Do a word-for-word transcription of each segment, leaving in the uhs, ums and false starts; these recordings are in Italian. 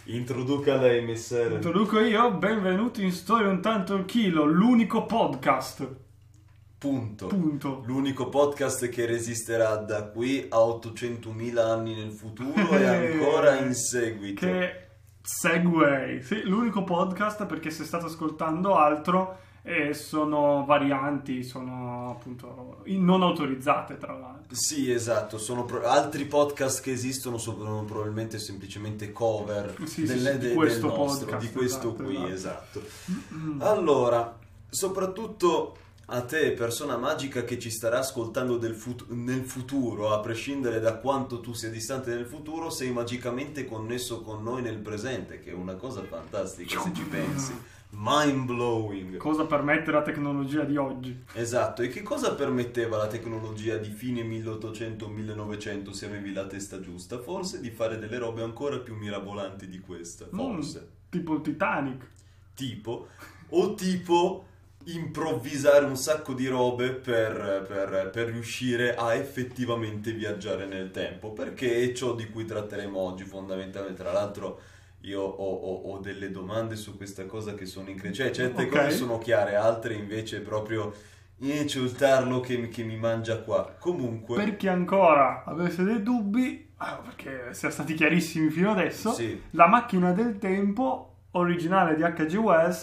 Introduca lei, messere. Introduco io, benvenuti in Storia un tanto il chilo, l'unico podcast. Punto. Punto. L'unico podcast che resisterà da qui a ottocentomila anni nel futuro e ancora in seguito. Che segue, sì, l'unico podcast perché se state ascoltando altro e sono varianti, sono appunto non autorizzate tra l'altro. Sì, esatto, sono pro- altri podcast che esistono sono probabilmente semplicemente cover sì, delle, sì, de- di questo del nostro, podcast, di questo esatto, qui, esatto. esatto. Allora, soprattutto a te, persona magica che ci starà ascoltando del fut- nel futuro, a prescindere da quanto tu sia distante nel futuro, sei magicamente connesso con noi nel presente, che è una cosa fantastica se ci pensi. Mind blowing. Cosa permette la tecnologia di oggi? Esatto, e che cosa permetteva la tecnologia di fine milleottocento millenovecento, se avevi la testa giusta? Forse di fare delle robe ancora più mirabolanti di questa, forse. Mm, tipo il Titanic. Tipo, o tipo improvvisare un sacco di robe per, per, per riuscire a effettivamente viaggiare nel tempo, perché è ciò di cui tratteremo oggi fondamentalmente. Tra l'altro io ho, ho, ho delle domande su questa cosa che sono incredibili, cioè certe Okay. cose sono chiare, altre invece proprio eh, c'è il tarlo che, che mi mangia qua. Comunque, Per chi ancora avesse dei dubbi, ah, perché siamo stati chiarissimi fino adesso, sì, La macchina del tempo originale di H G Wells,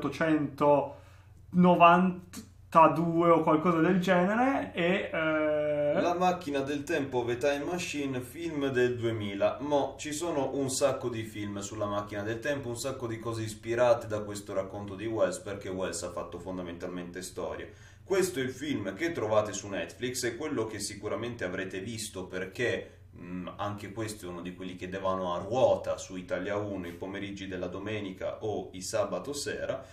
milleottocentonovantadue o qualcosa del genere, e eh, La macchina del tempo, The Time Machine, film del duemila. Mo' ci sono un sacco di film sulla macchina del tempo, un sacco di cose ispirate da questo racconto di Wells, perché Wells ha fatto fondamentalmente storie. Questo è il film che trovate su Netflix, è quello che sicuramente avrete visto perché mh, anche questo è uno di quelli che davano a ruota su Italia uno i pomeriggi della domenica o i sabato sera.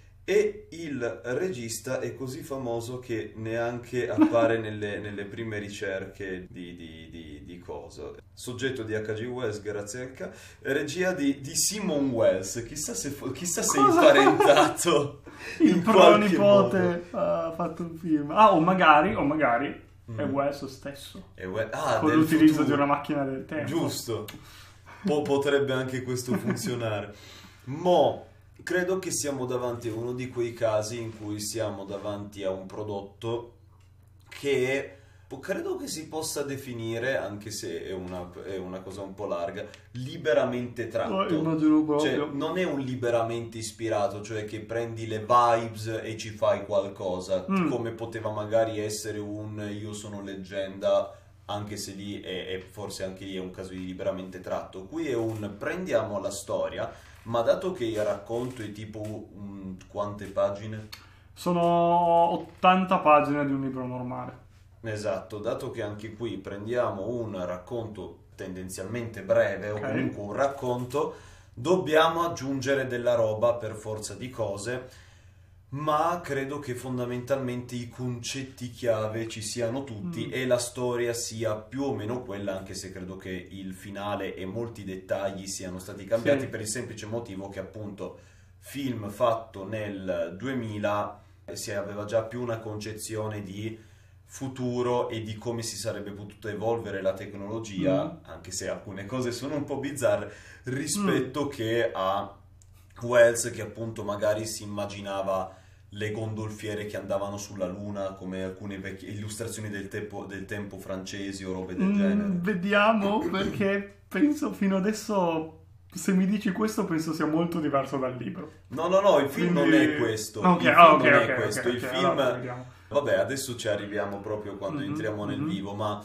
E il regista è così famoso che neanche appare nelle, nelle prime ricerche di, di, di, di cosa. Soggetto di H G Wells, grazie al ca... Regia di, di Simon Wells, chissà se, fo- chissà se Cosa? imparentato il in qualche pronipote modo. ha fatto un film. Ah, o magari, o magari è Mm. Wells stesso, E We- ah, con del l'utilizzo futuro. di una macchina del tempo. Giusto. Po- potrebbe anche questo funzionare. Mo' credo che siamo davanti a uno di quei casi in cui siamo davanti a un prodotto che credo che si possa definire, anche se è una, è una cosa un po' larga, liberamente Oh, tratto. immagino Cioè, proprio. non è un liberamente ispirato, cioè che prendi le vibes e ci fai qualcosa, Mm. come poteva magari essere un Io sono leggenda, anche se lì è, è forse anche lì è un caso di liberamente tratto. Qui è un prendiamo la storia, ma dato che il racconto è tipo um, quante pagine? Sono ottanta pagine di un libro normale. Esatto, dato che anche qui prendiamo un racconto tendenzialmente breve Ok. o comunque un racconto, dobbiamo aggiungere della roba per forza di cose, ma credo che fondamentalmente i concetti chiave ci siano tutti Mm. e la storia sia più o meno quella, anche se credo che il finale e molti dettagli siano stati cambiati Sì. per il semplice motivo che appunto film fatto nel duemila si aveva già più una concezione di futuro e di come si sarebbe potuta evolvere la tecnologia, Mm. anche se alcune cose sono un po' bizzarre, rispetto che a Wells che appunto magari si immaginava le gondolfiere che andavano sulla luna come alcune vecchie illustrazioni del tempo, del tempo francesi o robe del Mm, genere. vediamo, perché penso fino adesso, se mi dici questo, penso sia molto diverso dal libro. No, no, no, il film Quindi- non è questo. Ok, il film ah, ok, non ok, è ok, questo. ok, il allora film... vediamo. Vabbè, adesso ci arriviamo proprio quando Mhm, entriamo nel mhm. vivo, ma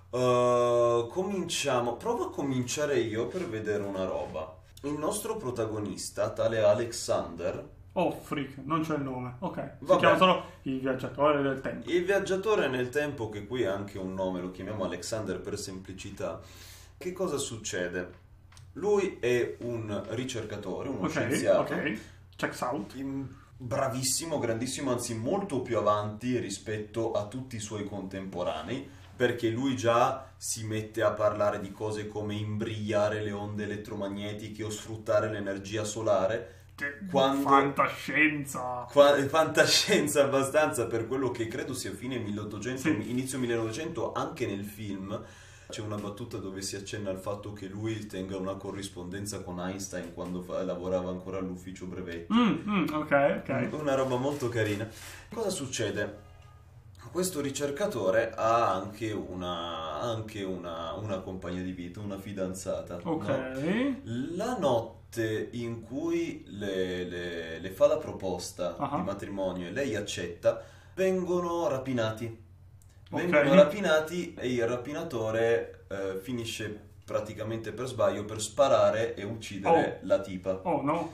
uh, cominciamo. Provo a cominciare io per vedere una roba. Il nostro protagonista, tale Alexander, Oh, freak, non c'è il nome. Ok, si Vabbè. chiama solo il viaggiatore del tempo. il viaggiatore nel tempo, che qui ha anche un nome, lo chiamiamo Alexander per semplicità. Che cosa succede? Lui è un ricercatore, uno Ok, scienziato, ok, checks out. in- bravissimo, grandissimo, anzi molto più avanti rispetto a tutti i suoi contemporanei, perché lui già si mette a parlare di cose come imbrigliare le onde elettromagnetiche o sfruttare l'energia solare. Quando- Fantascienza. Qua- fantascienza abbastanza per quello che credo sia fine milleottocento, Sì. inizio millenovecento, anche nel film. C'è una battuta dove si accenna al fatto che lui tenga una corrispondenza con Einstein quando fa- lavorava ancora all'ufficio brevetti. Mm, mm, ok, ok. Una roba molto carina. Cosa succede? Questo ricercatore ha anche una, anche una, una compagna di vita, una fidanzata. Ok. No? La notte in cui le, le- le fa la proposta Ah. di matrimonio e lei accetta, vengono rapinati. Vengono Ok. rapinati e il rapinatore eh, finisce praticamente per sbaglio per sparare e uccidere la tipa. Oh no.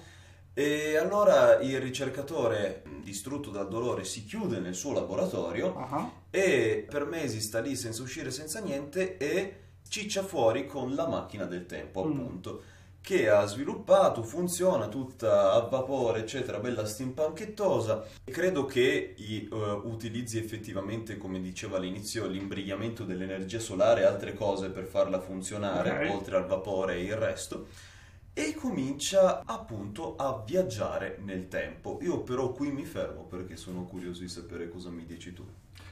E allora il ricercatore, distrutto dal dolore, si chiude nel suo laboratorio Ah. e per mesi sta lì senza uscire, senza niente, e ciccia fuori con la macchina del tempo, Mm. appunto, che ha sviluppato, funziona tutta a vapore, eccetera, bella steampunkettosa. E credo che i, eh, utilizzi effettivamente, come diceva all'inizio, l'imbrigliamento dell'energia solare e altre cose per farla funzionare, Ok. oltre al vapore e il resto. E comincia appunto a viaggiare nel tempo. Io però qui mi fermo perché sono curioso di sapere cosa mi dici tu.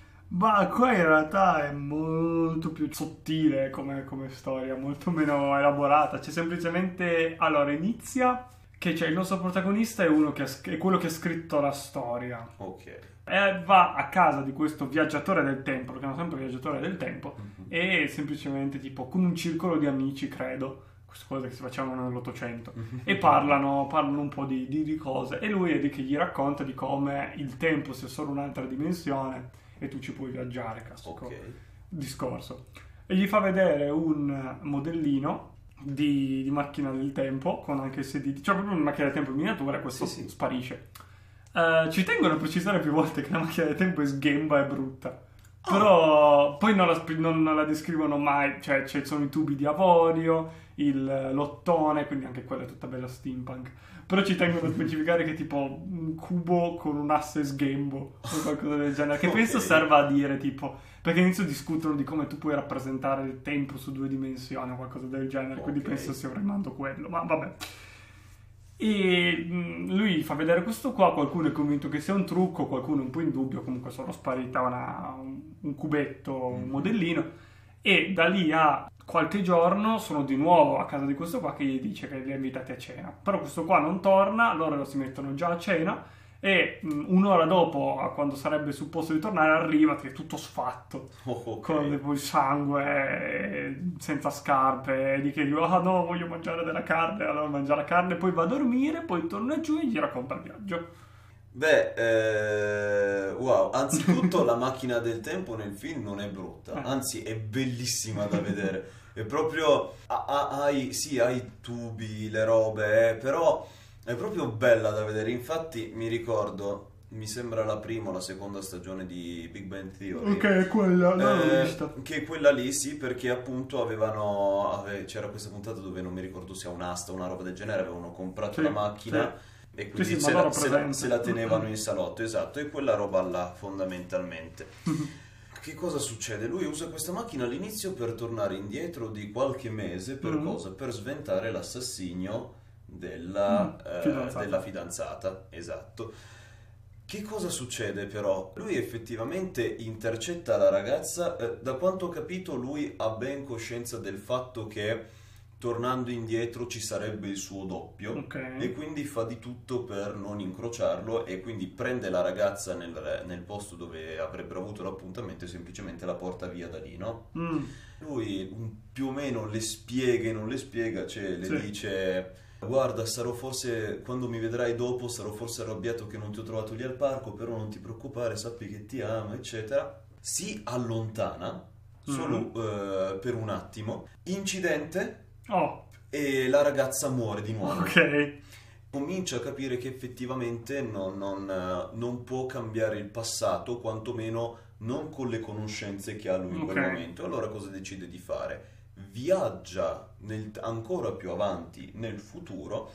Ma qua in realtà è molto più sottile come, come storia, molto meno elaborata. C'è semplicemente... Allora, inizia che c'è il nostro protagonista è, uno che ha, sc- è quello che ha scritto la storia. Ok. E va a casa di questo viaggiatore del tempo, lo chiamano sempre viaggiatore del tempo, Mhm. e semplicemente tipo con un circolo di amici, credo, queste cose che si facevano nell'Ottocento, e parlano, parlano un po' di, di, di cose, e lui è lì che gli racconta di come il tempo sia solo un'altra dimensione e tu ci puoi viaggiare, classico Ok. discorso. E gli fa vedere un modellino di, di macchina del tempo con anche il sedile, cioè proprio una macchina del tempo in miniatura, e questo Sì, sì. sparisce. Eh, ci tengono a precisare più volte che la macchina del tempo è sghemba e brutta. Ah. Però poi non la, sp- non la descrivono mai, cioè ci sono i tubi di avorio, il lottone, quindi anche quella è tutta bella steampunk. Però ci tengono a specificare che è tipo un cubo con un asse sghembo o qualcosa del genere, che Ok. penso serva a dire tipo, perché inizio discutono di come tu puoi rappresentare il tempo su due dimensioni o qualcosa del genere, quindi Ok. penso sia rimando quello, ma vabbè. E mh, lui fa vedere questo qua, qualcuno è convinto che sia un trucco, qualcuno è un po' in dubbio, comunque sono sparita una- un, un cubetto, un Mhm. modellino, e da lì a qualche giorno sono di nuovo a casa di questo qua che gli dice che li ha invitati a cena, però questo qua non torna, loro si mettono già a cena e mh, un'ora dopo, a quando sarebbe supposto di tornare, arriva che è tutto sfatto, Oh, ok. con tipo il sangue, senza scarpe, e di che dico, ah no, voglio mangiare della carne, allora mangia la carne, poi va a dormire, poi torna giù e gli racconta il viaggio. Beh, eh, wow, anzitutto la macchina del tempo nel film non è brutta, Eh. anzi è bellissima da vedere. È proprio, ha- ha- hai, sì, hai i tubi, le robe, eh, però è proprio bella da vedere. Infatti mi ricordo, mi sembra la prima o la seconda stagione di Big Bang Theory. Ok, quella, non l'ho Eh, vista. che quella lì sì, perché appunto avevano ave- c'era questa puntata dove non mi ricordo sia un'asta o una roba del genere, avevano comprato Sì, la macchina sì. e quindi Sì, sì, se, ma la, loro se la- presente. se la tenevano in salotto, esatto, e quella roba là fondamentalmente. Che cosa succede? Lui usa questa macchina all'inizio per tornare indietro di qualche mese, per Mm. cosa? Per sventare l'assassinio della, Mm, eh, fidanzata. della fidanzata, esatto. Che cosa succede però? Lui effettivamente intercetta la ragazza, eh, da quanto ho capito lui ha ben coscienza del fatto che tornando indietro ci sarebbe il suo doppio Ok. e quindi fa di tutto per non incrociarlo e quindi prende la ragazza nel, nel posto dove avrebbero avuto l'appuntamento e semplicemente la porta via da lì, no? Mm. Lui un- più o meno le spiega e non le spiega, cioè le Sì. dice guarda, sarò forse, quando mi vedrai dopo, sarò forse arrabbiato che non ti ho trovato lì al parco, però non ti preoccupare, sappi che ti amo, eccetera. Si allontana solo eh, per un attimo, incidente, Oh, e la ragazza muore di nuovo. ok. Comincia a capire che effettivamente non, non, eh, non può cambiare il passato, quantomeno non con le conoscenze che ha lui in quel Ok. momento. Allora cosa decide di fare? Viaggia nel- ancora più avanti nel futuro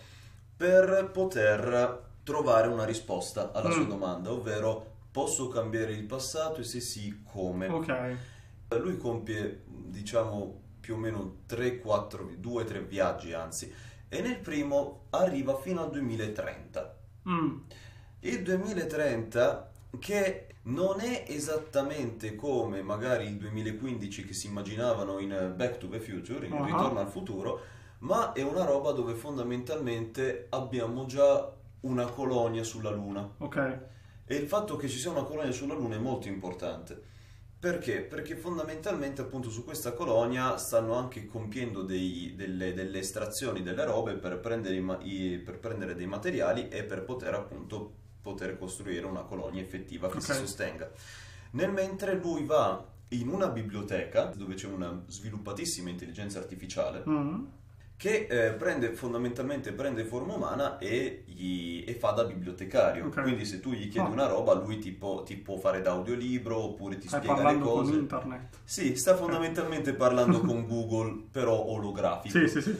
per poter trovare una risposta alla sua Mm. domanda, ovvero posso cambiare il passato e se sì, come? Ok. Lui compie, diciamo, più o meno tre quattro, due tre viaggi anzi, e nel primo arriva fino al duemilatrenta. Mm. Il duemilatrenta che non è esattamente come magari il duemilaquindici che si immaginavano in Back to the Future, in Uh-huh. Ritorno al futuro, ma è una roba dove fondamentalmente abbiamo già una colonia sulla Luna. Ok. E il fatto che ci sia una colonia sulla Luna è molto importante. Perché? Perché fondamentalmente appunto su questa colonia stanno anche compiendo dei- delle, delle estrazioni delle robe per prendere, i ma- i- per prendere dei materiali e per poter appunto poter costruire una colonia effettiva che Ok. si sostenga. Nel mentre lui va in una biblioteca dove c'è una sviluppatissima intelligenza artificiale Mm. che eh, prende fondamentalmente prende forma umana e, gli- e fa da bibliotecario. Ok. Quindi se tu gli chiedi Ah. una roba, lui ti può, ti può fare da audiolibro oppure ti Stai spiega le parlando con cose. internet. Sì, sta fondamentalmente parlando con Google, però olografico. Sì, sì, sì.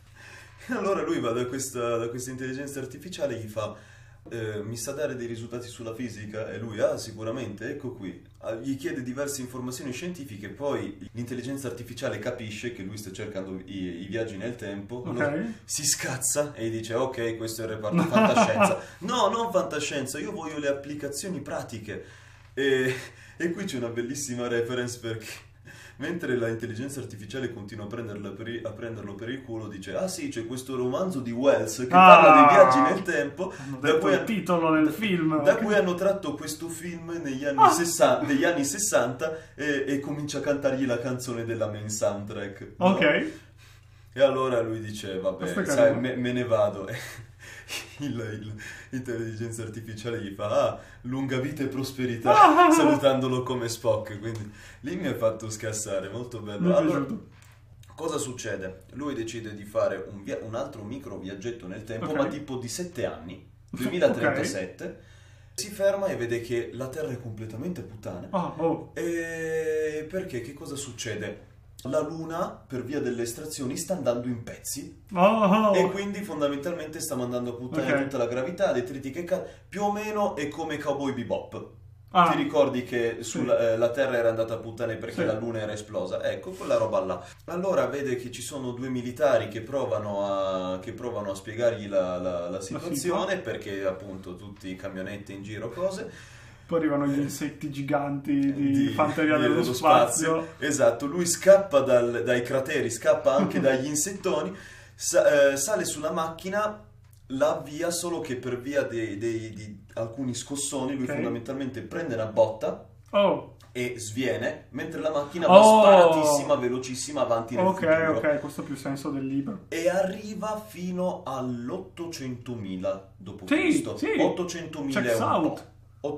Allora lui va da questa, da questa intelligenza artificiale e gli fa eh, mi sa dare dei risultati sulla fisica? E lui, ah sicuramente, ecco qui. Ah, gli chiede diverse informazioni scientifiche, poi l'intelligenza artificiale capisce che lui sta cercando i, i viaggi nel tempo, Ok. allora si scazza e gli dice ok, questo è il reparto fantascienza. No, non fantascienza, io voglio le applicazioni pratiche. E, e qui c'è una bellissima reference perché mentre l'intelligenza artificiale continua a, prenderla per i- a prenderlo per il culo, dice ah sì, c'è questo romanzo di Wells che Ah! parla dei viaggi nel tempo, Hanno da detto cui, il han- titolo del da- film. da ok. cui hanno tratto questo film negli anni, Ah! sessanta, degli anni sessanta e, e comincia a cantargli la canzone della main soundtrack. no? Ok. E allora lui dice Questo vabbè, è sai, carino. me, me ne vado. Il- il- L'intelligenza artificiale gli fa ah, lunga vita e prosperità, Ah! salutandolo come Spock. Quindi lì mi ha fatto scassare, molto bello. Mi è Allora, piaciuto. cosa succede? Lui decide di fare un, via- un altro micro viaggetto nel tempo, Ok. ma tipo di sette anni, duemilatrentasette. Si ferma e vede che la Terra è completamente puttana. Ah, oh. E perché? Che cosa succede? La Luna, per via delle estrazioni, sta andando in pezzi. Oh, oh. E quindi fondamentalmente sta mandando a puttane Ok. tutta la gravità, detriti che cadono. Più o meno è come Cowboy Bebop. Ah, Ti ricordi che sulla, Sì. eh, la Terra era andata a puttane perché Sì. la Luna era esplosa? Ecco, quella roba là. Allora vede che ci sono due militari che provano a, che provano a spiegargli la, la- la situazione perché appunto tutti i camionetti in giro, cose. poi arrivano gli insetti giganti di, Di- fanteria di- dello, dello spazio. Esatto, lui scappa dal- dai crateri, scappa anche dagli insettoni, sa- eh, sale sulla macchina, la avvia solo che per via dei- dei- di alcuni scossoni lui Ok. fondamentalmente prende una botta Oh, e sviene, mentre la macchina va Oh! sparatissima, velocissima avanti nel ok, futuro. ok, questo ha più senso del libro. E arriva fino all'ottocentomila dopo Sì, Cristo. sì. ottocentomila Checks e un out. po'.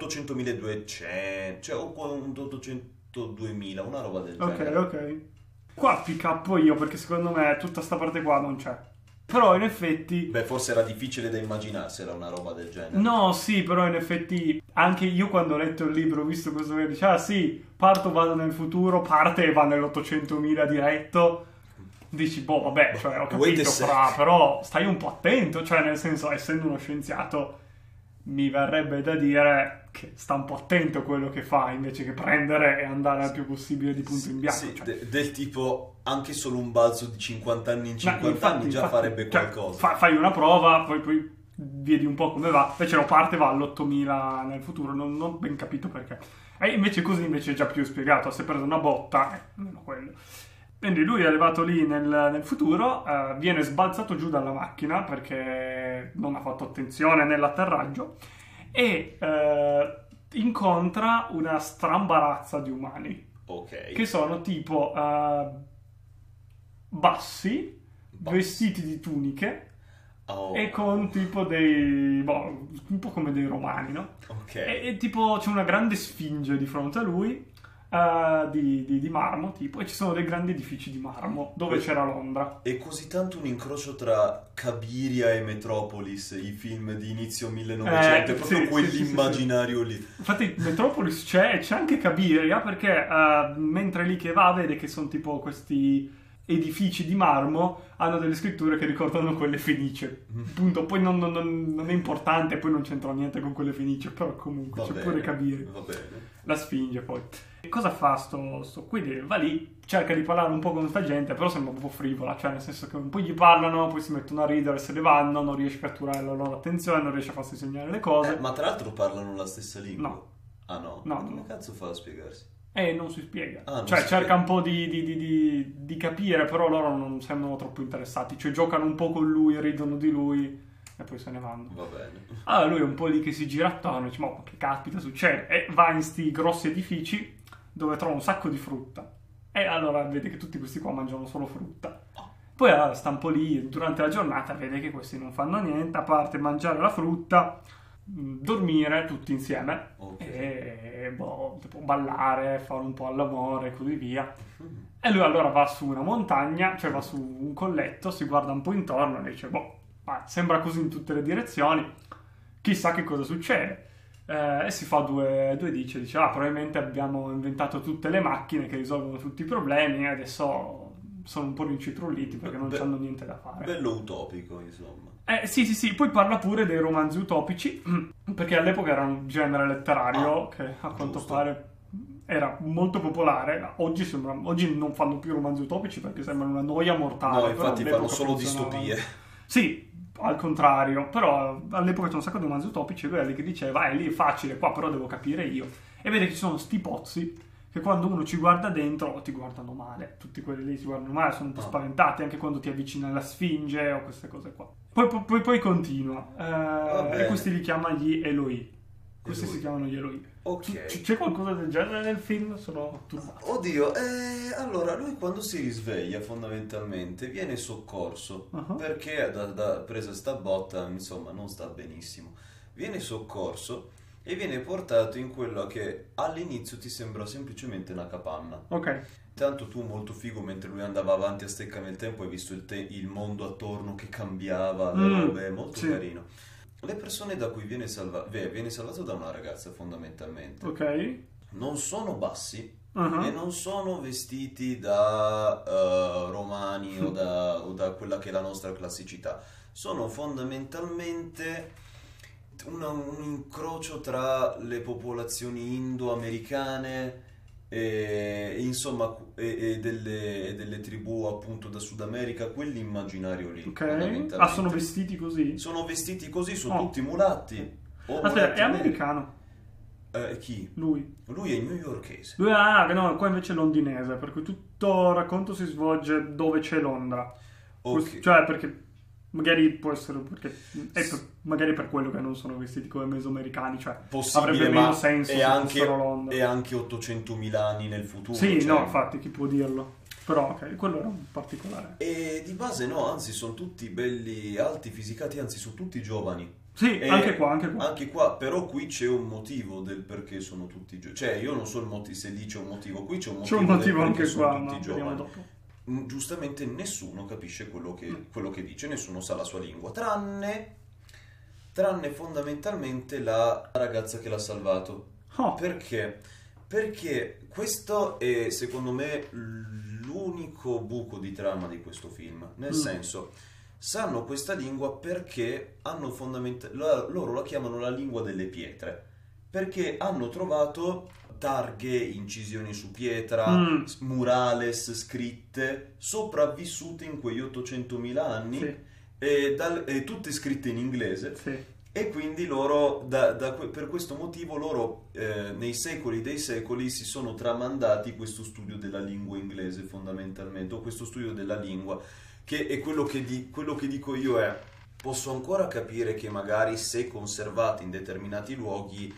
ottocentomiladuecento, cioè o qua un ottocento duemila, una roba del Ok, genere. ok. Qua picappo io perché secondo me tutta sta parte qua non c'è. Però in effetti... Beh, forse era difficile da immaginarsela una roba del genere. No, sì, però in effetti anche io quando ho letto il libro, ho visto questo che dice, ah sì, parto, vado nel futuro, parte e va nell'ottocentomila diretto. Dici, boh, vabbè, cioè, ho Wait a capito, sec. però, però stai un po' attento, cioè nel senso, essendo uno scienziato, mi verrebbe da dire che sta un po' attento a quello che fa, invece che prendere e andare al più possibile di punto in bianco. Sì, cioè. de- del tipo anche solo un balzo di cinquanta anni in Ma cinquanta infatti, anni già infatti, farebbe cioè, qualcosa. fa- fai una prova, poi, poi vedi un po' come va. Invece no, parte va all'ottomila nel futuro, non non ho ben capito perché. E invece così invece è già più spiegato, si è preso una botta, eh, almeno quello. Quindi lui è arrivato lì nel, nel futuro, eh, viene sbalzato giù dalla macchina perché non ha fatto attenzione nell'atterraggio e eh, incontra una stramba razza di umani Ok. che sono tipo eh, bassi, Bassi. vestiti di tuniche Oh. e con tipo dei... boh, un po' come dei romani, no? Ok. E, e tipo c'è una grande sfinge di fronte a lui eh, di, di- di marmo tipo e ci sono dei grandi edifici di marmo dove c'era Londra. È così tanto un incrocio tra Cabiria e Metropolis, i film di inizio millenovecento, Eh, è proprio sì, quell'immaginario lì. Infatti Metropolis c'è, c'è anche Cabiria perché eh, mentre lì che va vede che sono tipo questi edifici di marmo, hanno delle scritture che ricordano quelle fenicie. Punto. Poi non, non- non- non è importante, poi non c'entra niente con quelle fenicie, però comunque Va c'è bene, pure Cabiria. Va bene. La Sfinge poi. E cosa fa sto, sto qui? Va lì, cerca di parlare un po' con sta gente, però sembra un po' frivola, cioè nel senso che un po' gli parlano, poi si mettono a ridere, se ne vanno, non riesce a catturare la loro attenzione, non riesce a farsi segnare le cose. Eh, ma tra l'altro parlano la stessa lingua. No. Ah no? No, Come no. cazzo fa a spiegarsi? E non si spiega. Ah, non cioè si cerca spiega. un po' di, di- di- di- di capire, però loro non sembrano troppo interessati. Cioè giocano un po' con lui, ridono di lui e poi se ne vanno. Va bene. Allora lui è un po' lì che si gira attorno e dice, ma che caspita succede? E va in sti grossi edifici dove trova un sacco di frutta. E allora vede che tutti questi qua mangiano solo frutta. Poi allora, sta un po' lì durante la giornata, vede che questi non fanno niente, a parte mangiare la frutta, mh, dormire tutti insieme Ok. e boh, tipo ballare, fare un po' all'amore e così via. E lui allora va su una montagna, cioè va su un colletto, si guarda un po' intorno e dice, boh, ma sembra così in tutte le direzioni, chissà che cosa succede. Eh, e si fa due, due dice, dice, ah, probabilmente abbiamo inventato tutte le macchine che risolvono tutti i problemi e adesso sono un po' rincitrulliti perché non Be- hanno niente da fare. Bello utopico, insomma. Eh, sì, sì, sì, poi parla pure dei romanzi utopici, perché all'epoca era un genere letterario Ah, che a quanto giusto. pare era molto popolare. Oggi, sembra, oggi non fanno più romanzi utopici perché sembrano una noia mortale. No, però infatti fanno all'epoca solo funzionavano. distopie. Sì, al contrario, però all'epoca c'era un sacco di romanzi utopici e lui è lì che diceva, eh, lì è facile, qua però devo capire io. E vede che ci sono sti pozzi che quando uno ci guarda dentro ti guardano male, tutti quelli lì ti guardano male, sono un po' Ah. spaventati anche quando ti avvicini alla Sfinge o queste cose qua. Poi, poi, poi, poi continua, eh, bene. e questi li chiama gli Eloi. Questi Eloi. si chiamano gli Eloi. Ok. C- c'è qualcosa del genere nel film? Sono turbato. Oddio, eh, allora lui quando si risveglia fondamentalmente viene soccorso Uh-huh. perché da, da presa sta botta, insomma, non sta benissimo. Viene soccorso e viene portato in quello che all'inizio ti sembra semplicemente una capanna. Ok. Tanto tu molto figo mentre lui andava avanti a stecca nel tempo hai visto il, te- il mondo attorno che cambiava, le Mm, robe, molto sì. carino. Le persone da cui viene salvato, viene salvato da una ragazza fondamentalmente, Ok. non sono bassi Uh-huh. e non sono vestiti da eh, romani o da, o da quella che è la nostra classicità, sono fondamentalmente una- un incrocio tra le popolazioni indo-americane e, e insomma e, e delle, e delle tribù appunto da Sud America, quell'immaginario lì Ok. fondamentalmente. Ah, sono vestiti così? Sono vestiti così, sono Oh. tutti mulatti. O Aspetta, mulatti è neri. americano, Eh, chi? lui. Lui è newyorkese. Lui, ah, no, qua invece è londinese, per cui tutto il racconto si svolge dove c'è Londra. Ok. Cioè, perché magari può essere, perché è per- magari per quello che non sono vestiti come mesoamericani, cioè Possibile, avrebbe ma meno senso è se anche, fossero Londra. è anche ottocentomila anni nel futuro. Sì, cioè. no, infatti, chi può dirlo? Però, ok, quello era un particolare. E di base no, anzi sono tutti belli alti, fisicati, anzi sono tutti giovani. Sì, E anche qua, anche qua. Anche qua, però qui c'è un motivo del perché sono tutti giovani. Cioè, io non so il motivo, se lì c'è un motivo, qui c'è un C'è motivo, un del motivo perché anche sono qua, tutti ma vediamo giovani. dopo. Mm, Giustamente nessuno capisce quello che, Mm. quello che dice, nessuno sa la sua lingua, tranne, tranne fondamentalmente la ragazza che l'ha salvato. Oh, Perché? Perché questo è secondo me l'unico buco di trama di questo film, nel Mm. senso sanno questa lingua perché hanno fondamentalmente loro la chiamano la lingua delle pietre, perché hanno trovato targhe, incisioni su pietra, Mm. s- murales scritte sopravvissute in quegli ottocentomila anni sì, e, dal- e tutte scritte in inglese. sì. E quindi loro, da- da que- per questo motivo, loro eh, nei secoli dei secoli si sono tramandati questo studio della lingua inglese fondamentalmente, o questo studio della lingua, che è quello che, di- quello che dico io è, posso ancora capire che magari se conservati in determinati luoghi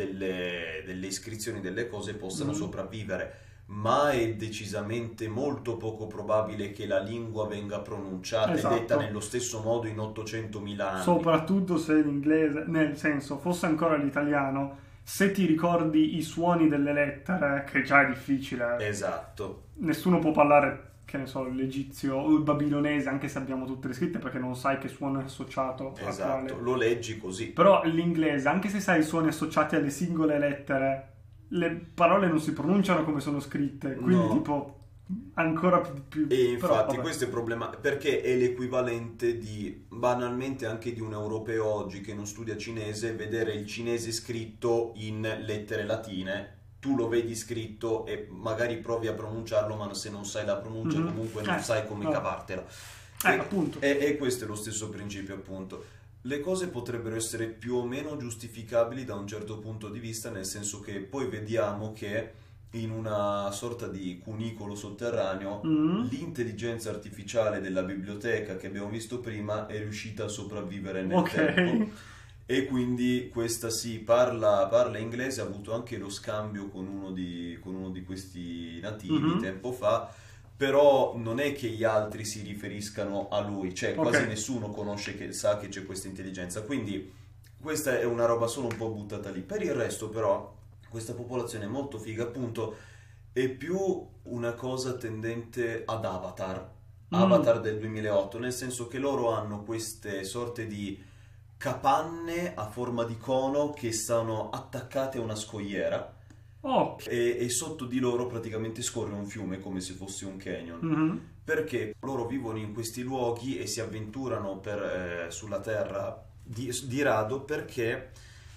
delle, delle iscrizioni, delle cose possano Mm. sopravvivere, ma è decisamente molto poco probabile che la lingua venga pronunciata Esatto. e detta nello stesso modo in ottocentomila anni. Soprattutto se l'inglese, nel senso, fosse ancora l'italiano, se ti ricordi i suoni delle lettere, che già è difficile, Esatto, nessuno può parlare, che ne so, l'egizio o il babilonese, anche se abbiamo tutte le scritte, perché non sai che suono è associato a esatto, quale. lo leggi così. Però l'inglese, anche se sai i suoni associati alle singole lettere, le parole non si pronunciano come sono scritte, quindi No. tipo ancora più... più E però, infatti vabbè. questo è il problema, perché è l'equivalente di, banalmente anche di un europeo oggi che non studia cinese, vedere il cinese scritto in lettere latine, tu lo vedi scritto e magari provi a pronunciarlo, ma se non sai la pronuncia Mhm. comunque non Eh, sai come no. cavartela. Eh, E- appunto. E, e questo è lo stesso principio appunto. le cose potrebbero essere più o meno giustificabili da un certo punto di vista, nel senso che poi vediamo che in una sorta di cunicolo sotterraneo Mm. l'intelligenza artificiale della biblioteca che abbiamo visto prima è riuscita a sopravvivere nel Ok. tempo, e quindi questa sì, parla, parla inglese, ha avuto anche lo scambio con uno di, con uno di questi nativi Mhm. tempo fa, però non è che gli altri si riferiscano a lui, cioè Ok. quasi nessuno conosce, che sa che c'è questa intelligenza, quindi questa è una roba solo un po' buttata lì. Per il resto però questa popolazione è molto figa, appunto, è più una cosa tendente ad Avatar, Mm. Avatar del duemilaotto, nel senso che loro hanno queste sorte di capanne a forma di cono che stanno attaccate a una scogliera, Oh. e, e sotto di loro praticamente scorre un fiume come se fosse un canyon. Mhm. Perché loro vivono in questi luoghi e si avventurano per, eh, sulla terra di, di rado, perché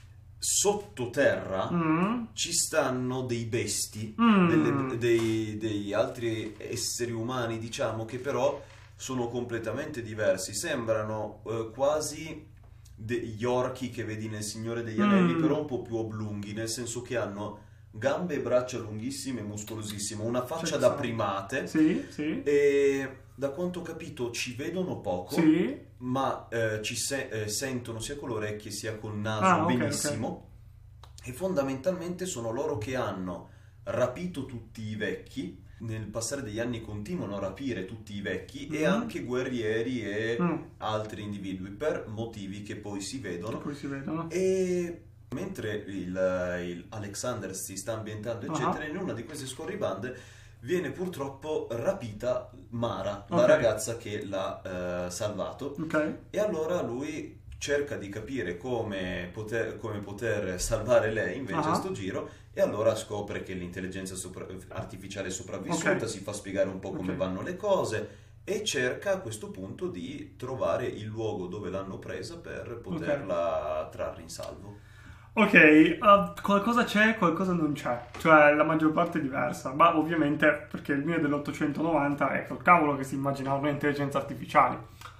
sottoterra Mm. ci stanno dei besti, Mm. delle- dei, degli altri esseri umani, diciamo, che però sono completamente diversi. Sembrano eh, quasi degli orchi che vedi nel Signore degli Anelli, Mm. però un po' più oblunghi, nel senso che hanno gambe e braccia lunghissime, muscolosissime, una faccia Cioè, da sa- primate, Sì, sì. e da quanto ho capito ci vedono poco, Sì. ma eh, ci se- eh, sentono sia con le orecchie sia col naso Ah, ok, benissimo, e fondamentalmente sono loro che hanno rapito tutti i vecchi, nel passare degli anni continuano a rapire tutti i vecchi, e Mhm. anche guerrieri e Mm. altri individui, per motivi che poi si Che vedono. poi si vedono. E mentre il, il Alexander si sta ambientando, eccetera, Ah. in una di queste scorribande viene purtroppo rapita Mara, la Ok. ragazza che l'ha eh, salvato, Ok. e allora lui cerca di capire come poter, come poter salvare lei invece Ah. a sto giro, e allora scopre che l'intelligenza sopra- artificiale è sopravvissuta, Ok. si fa spiegare un po' come Ok. vanno le cose, e cerca a questo punto di trovare il luogo dove l'hanno presa per poterla trarre in salvo. Ok, eh, qualcosa c'è, qualcosa non c'è, cioè la maggior parte è diversa, ma ovviamente perché il mio è dell'ottocentonovanta e col cavolo che si immaginavano le intelligenze artificiali.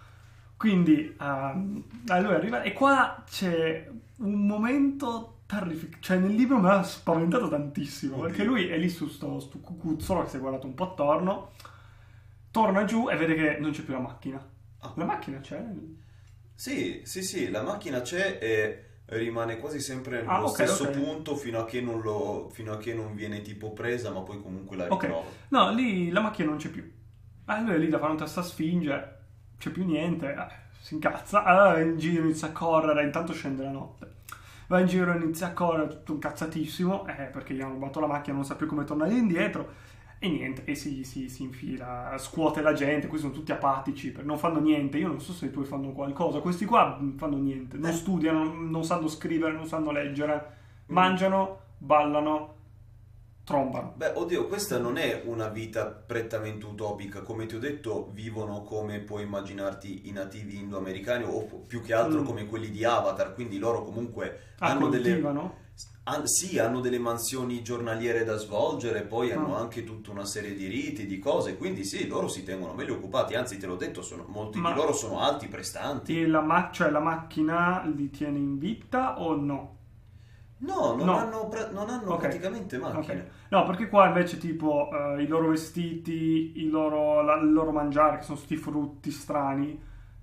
Quindi, ehm, allora arriva, e qua c'è un momento terrificante, cioè nel libro mi ha spaventato tantissimo, Oddio. perché lui è lì su sto, sto cucuzzolo che si è guardato un po' attorno, torna giù e vede che non c'è più la macchina. Ah. La macchina c'è? Sì, sì, sì, la macchina c'è e rimane quasi sempre nello Ah, ok, stesso ok. punto fino a che non lo, fino a che non viene tipo presa, ma poi comunque la Ok. ritrova. No, lì la macchina non c'è più. Ah, lui è lì da fare un testa sfinge, c'è più niente, eh, si incazza, allora va in giro, inizia a correre, intanto scende la notte. Va in giro, inizia a correre, tutto incazzatissimo, eh, perché gli hanno rubato la macchina, non sa più come tornare indietro, e niente, e si, si, si infila, scuote la gente, qui sono tutti apatici, non fanno niente, io non so se i tuoi fanno qualcosa, questi qua non fanno niente, non Eh. studiano, non sanno scrivere, non sanno leggere, mangiano, ballano, trombano. Beh, oddio, questa non è una vita prettamente utopica, come ti ho detto, vivono come puoi immaginarti i nativi indoamericani, o più che altro Mm. come quelli di Avatar, quindi loro comunque Ah, hanno delle... coltivano? Han- sì, hanno delle mansioni giornaliere da svolgere, poi hanno Ah. anche tutta una serie di riti, di cose, quindi sì, loro si tengono meglio occupati, anzi te l'ho detto, sono- molti Ma- di loro sono alti, prestanti. E la, ma- cioè la macchina li tiene in vita o no? No, non No. hanno, pra- non hanno Ok. praticamente macchine. Ok. No, perché qua invece tipo eh, i loro vestiti, i loro, la- il loro mangiare, che sono sti frutti strani,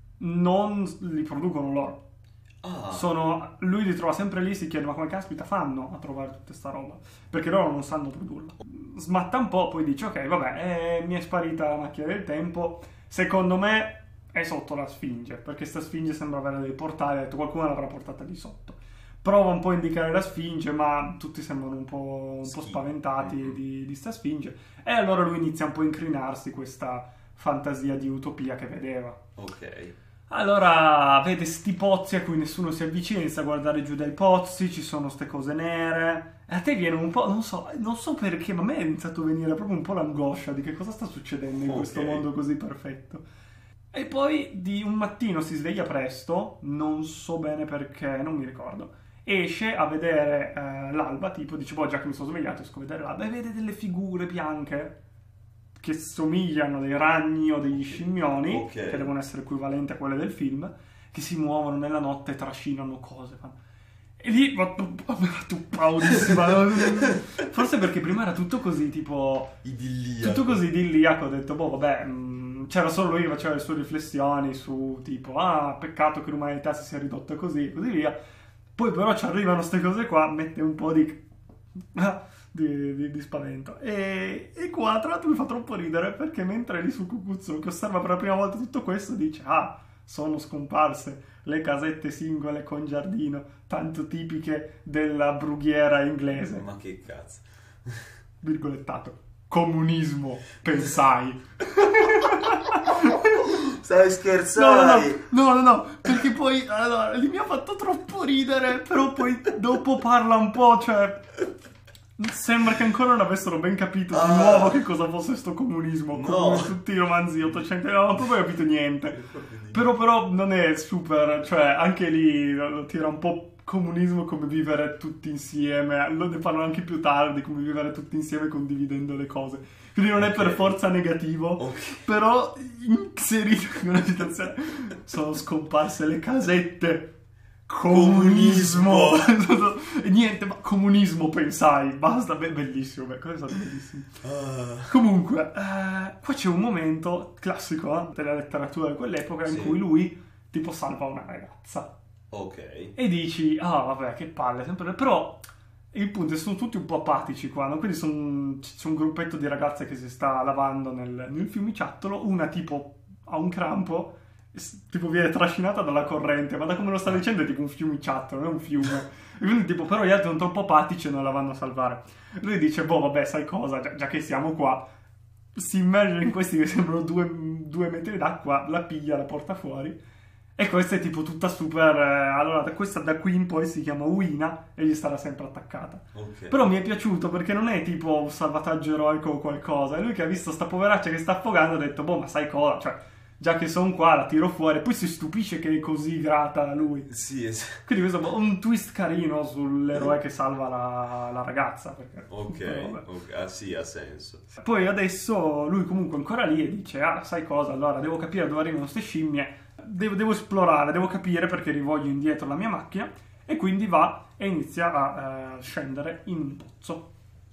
non li producono loro. Ah, Sono, lui li trova sempre lì, si chiede ma come caspita fanno a trovare tutta sta roba? Perché loro non sanno produrla. Smatta un po', poi dice ok vabbè, eh, mi è sparita la macchina del tempo, secondo me è sotto la Sfinge, perché sta Sfinge sembra avere dei portali, ha detto qualcuno l'avrà portata lì sotto. Prova un po' a indicare la Sfinge, ma tutti sembrano un po', un po' Sì. spaventati Mhm. di, di sta Sfinge, e allora lui inizia un po' a incrinarsi questa fantasia di utopia che vedeva. ok. Allora vede sti pozzi a cui nessuno si avvicina, inizia a guardare giù dai pozzi, ci sono ste cose nere. E a te viene un po', non so, non so perché, ma a me è iniziato a venire proprio un po' l'angoscia di che cosa sta succedendo in Ok. questo mondo così perfetto. E poi di un mattino si sveglia presto, non so bene perché, non mi ricordo. Esce a vedere eh, l'alba, tipo dice, boh, già che mi sono svegliato, esco a vedere l'alba, e vede delle figure bianche che somigliano a dei ragni o degli scimmioni, Ok. che devono essere equivalenti a quelle del film, che si muovono nella notte e trascinano cose. E lì mi ha fatto paurissima. Forse perché prima era tutto così tipo idilliaco. Tutto così idilliaco. Ho detto, boh, vabbè, mh, c'era solo lui che faceva le sue riflessioni su tipo, ah, peccato che l'umanità si sia ridotta così e così via. Poi però ci arrivano queste cose qua, mette un po' di di, di, di spavento. E, e qua tra l'altro mi fa troppo ridere, perché mentre è lì su Cucuzzolo che osserva per la prima volta tutto questo, dice, ah, sono scomparse le casette singole con giardino, tanto tipiche della brughiera inglese. Ma che cazzo. Virgolettato. Comunismo, pensai. Stai scherzando? No, no, no, no, no, perché poi allora, lì mi ha fatto troppo ridere, però poi dopo parla un po', cioè sembra che ancora non avessero ben capito di ah. nuovo che cosa fosse sto comunismo, no. come tutti i romanzi ottocento, non ho proprio capito niente. Però però non è super, cioè anche lì lo tira un po' comunismo come vivere tutti insieme, lo ne parlano anche più tardi, come vivere tutti insieme condividendo le cose. Quindi non okay. è per forza negativo, okay. però inserito in una situazione sono scomparse le casette. Comunismo, comunismo. Niente, ma comunismo pensai, basta, be- bellissimo, beh, cosa è stato bellissimo. Uh. Comunque, eh, qua c'è un momento classico eh, della letteratura di quell'epoca sì. in cui lui tipo salva una ragazza. Ok. E dici, ah oh, vabbè, che palle, sempre. Però il punto è che sono tutti un po' apatici qua, no? Quindi son, c'è un gruppetto di ragazze che si sta lavando nel, nel fiumiciattolo, una tipo ha un crampo, tipo viene trascinata dalla corrente, ma da come lo sta dicendo è tipo un fiumiciattolo, non è un fiume. Quindi tipo, però gli altri sono troppo apatici e non la vanno a salvare. Lui dice, boh vabbè, sai cosa, già, già che siamo qua, si immerge in questi che sembrano due, due metri d'acqua, la piglia, la porta fuori. E questa è tipo tutta super... Eh, allora, questa da qui in poi si chiama Uina e gli starà sempre attaccata. Okay. Però mi è piaciuto perché non è tipo un salvataggio eroico o qualcosa. È lui che ha visto sta poveraccia che sta affogando e ha detto, boh, ma sai cosa? Cioè, già che sono qua, la tiro fuori. E poi si stupisce che è così grata a lui. Sì, esatto. Quindi questo è un twist carino sull'eroe che salva la, la ragazza. Perché, ok, okay. Ah, sì, ha senso. Poi adesso lui comunque è ancora lì e dice, ah, sai cosa? Allora, devo capire dove arrivano queste scimmie. Devo, devo esplorare, devo capire perché rivoglio indietro la mia macchina e quindi va e inizia a uh, scendere in un pozzo.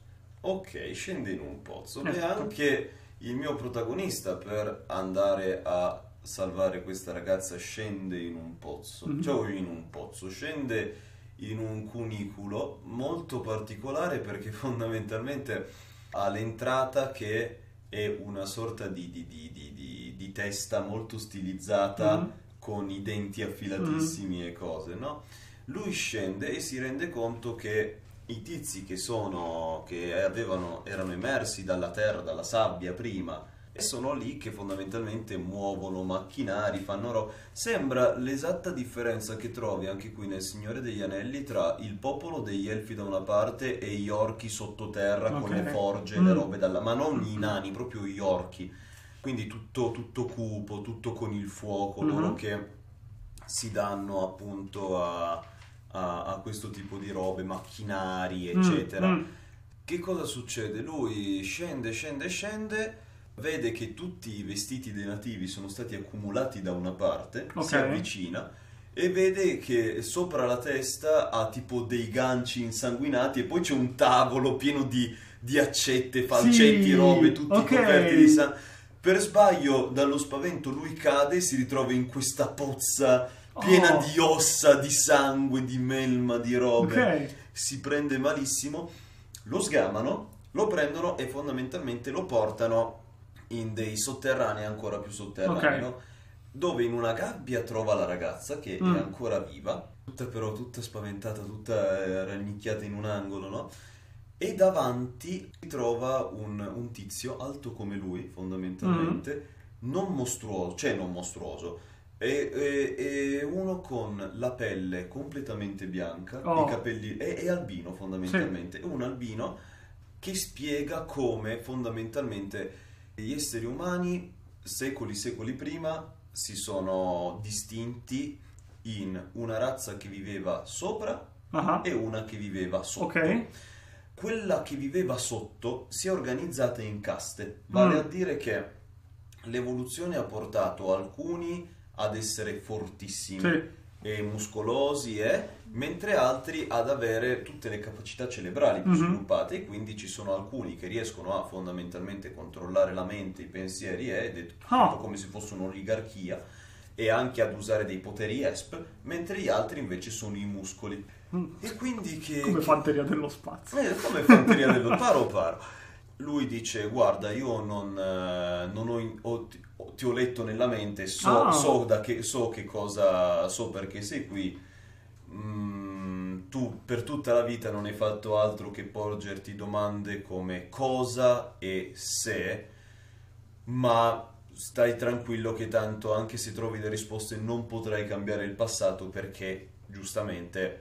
Ok, scende in un pozzo. E esatto. anche il mio protagonista per andare a salvare questa ragazza scende in un pozzo. Mm-hmm. Cioè in un pozzo, scende in un cunicolo molto particolare perché fondamentalmente ha l'entrata che è una sorta di, di, di, di, di, di testa molto stilizzata mm. con i denti affilatissimi mm. e cose, no? Lui scende e si rende conto che i tizi che sono che avevano erano emersi dalla terra, dalla sabbia prima e sono lì che fondamentalmente muovono macchinari, fanno roba. Sembra l'esatta differenza che trovi anche qui nel Signore degli Anelli tra il popolo degli Elfi da una parte e gli orchi sottoterra okay. con le forge e mm. le robe dalla... ma non gli nani, proprio gli orchi. Quindi tutto, tutto cupo, tutto con il fuoco, mm-hmm. loro che si danno appunto a, a, a questo tipo di robe, macchinari, eccetera. Mm. Che cosa succede? Lui scende, scende, scende... vede che tutti i vestiti dei nativi sono stati accumulati da una parte, okay. si avvicina e vede che sopra la testa ha tipo dei ganci insanguinati e poi c'è un tavolo pieno di, di accette, falcetti, sì, robe, tutti okay. coperti di sangue. Per sbaglio, dallo spavento, lui cade e si ritrova in questa pozza piena oh. di ossa, di sangue, di melma, di robe. Okay. Si prende malissimo, lo sgamano, lo prendono e fondamentalmente lo portano in dei sotterranei ancora più sotterranei, okay. no? Dove in una gabbia trova la ragazza che mm. è ancora viva, tutta però tutta spaventata, tutta rannicchiata in un angolo, no? E davanti trova un, un tizio alto come lui, fondamentalmente, mm. non mostruoso, cioè non mostruoso, è, è, è uno con la pelle completamente bianca, oh. i capelli, è, è albino fondamentalmente, sì. è un albino che spiega come fondamentalmente gli esseri umani secoli secoli prima si sono distinti in una razza che viveva sopra uh-huh. e una che viveva sotto. Okay. Quella che viveva sotto si è organizzata in caste, vale mm. a dire che l'evoluzione ha portato alcuni ad essere fortissimi Sì. e muscolosi, eh, mentre altri ad avere tutte le capacità cerebrali più Mhm. sviluppate, e quindi ci sono alcuni che riescono a fondamentalmente controllare la mente, i pensieri, eh, ed è tutto Ah. come se fosse un'oligarchia, e anche ad usare dei poteri E S P, mentre gli altri invece sono i muscoli. Mm. E quindi che... Come che- fanteria dello spazio. eh, come fanteria dello paro paro. Lui dice: guarda, io non, eh, non ho, in- ho- ti, ho- ti ho letto nella mente, so, Ah. so da che, so che cosa, so perché sei qui. Mm, tu per tutta la vita non hai fatto altro che porgerti domande come cosa e se, ma stai tranquillo che tanto, anche se trovi le risposte, non potrai cambiare il passato, perché giustamente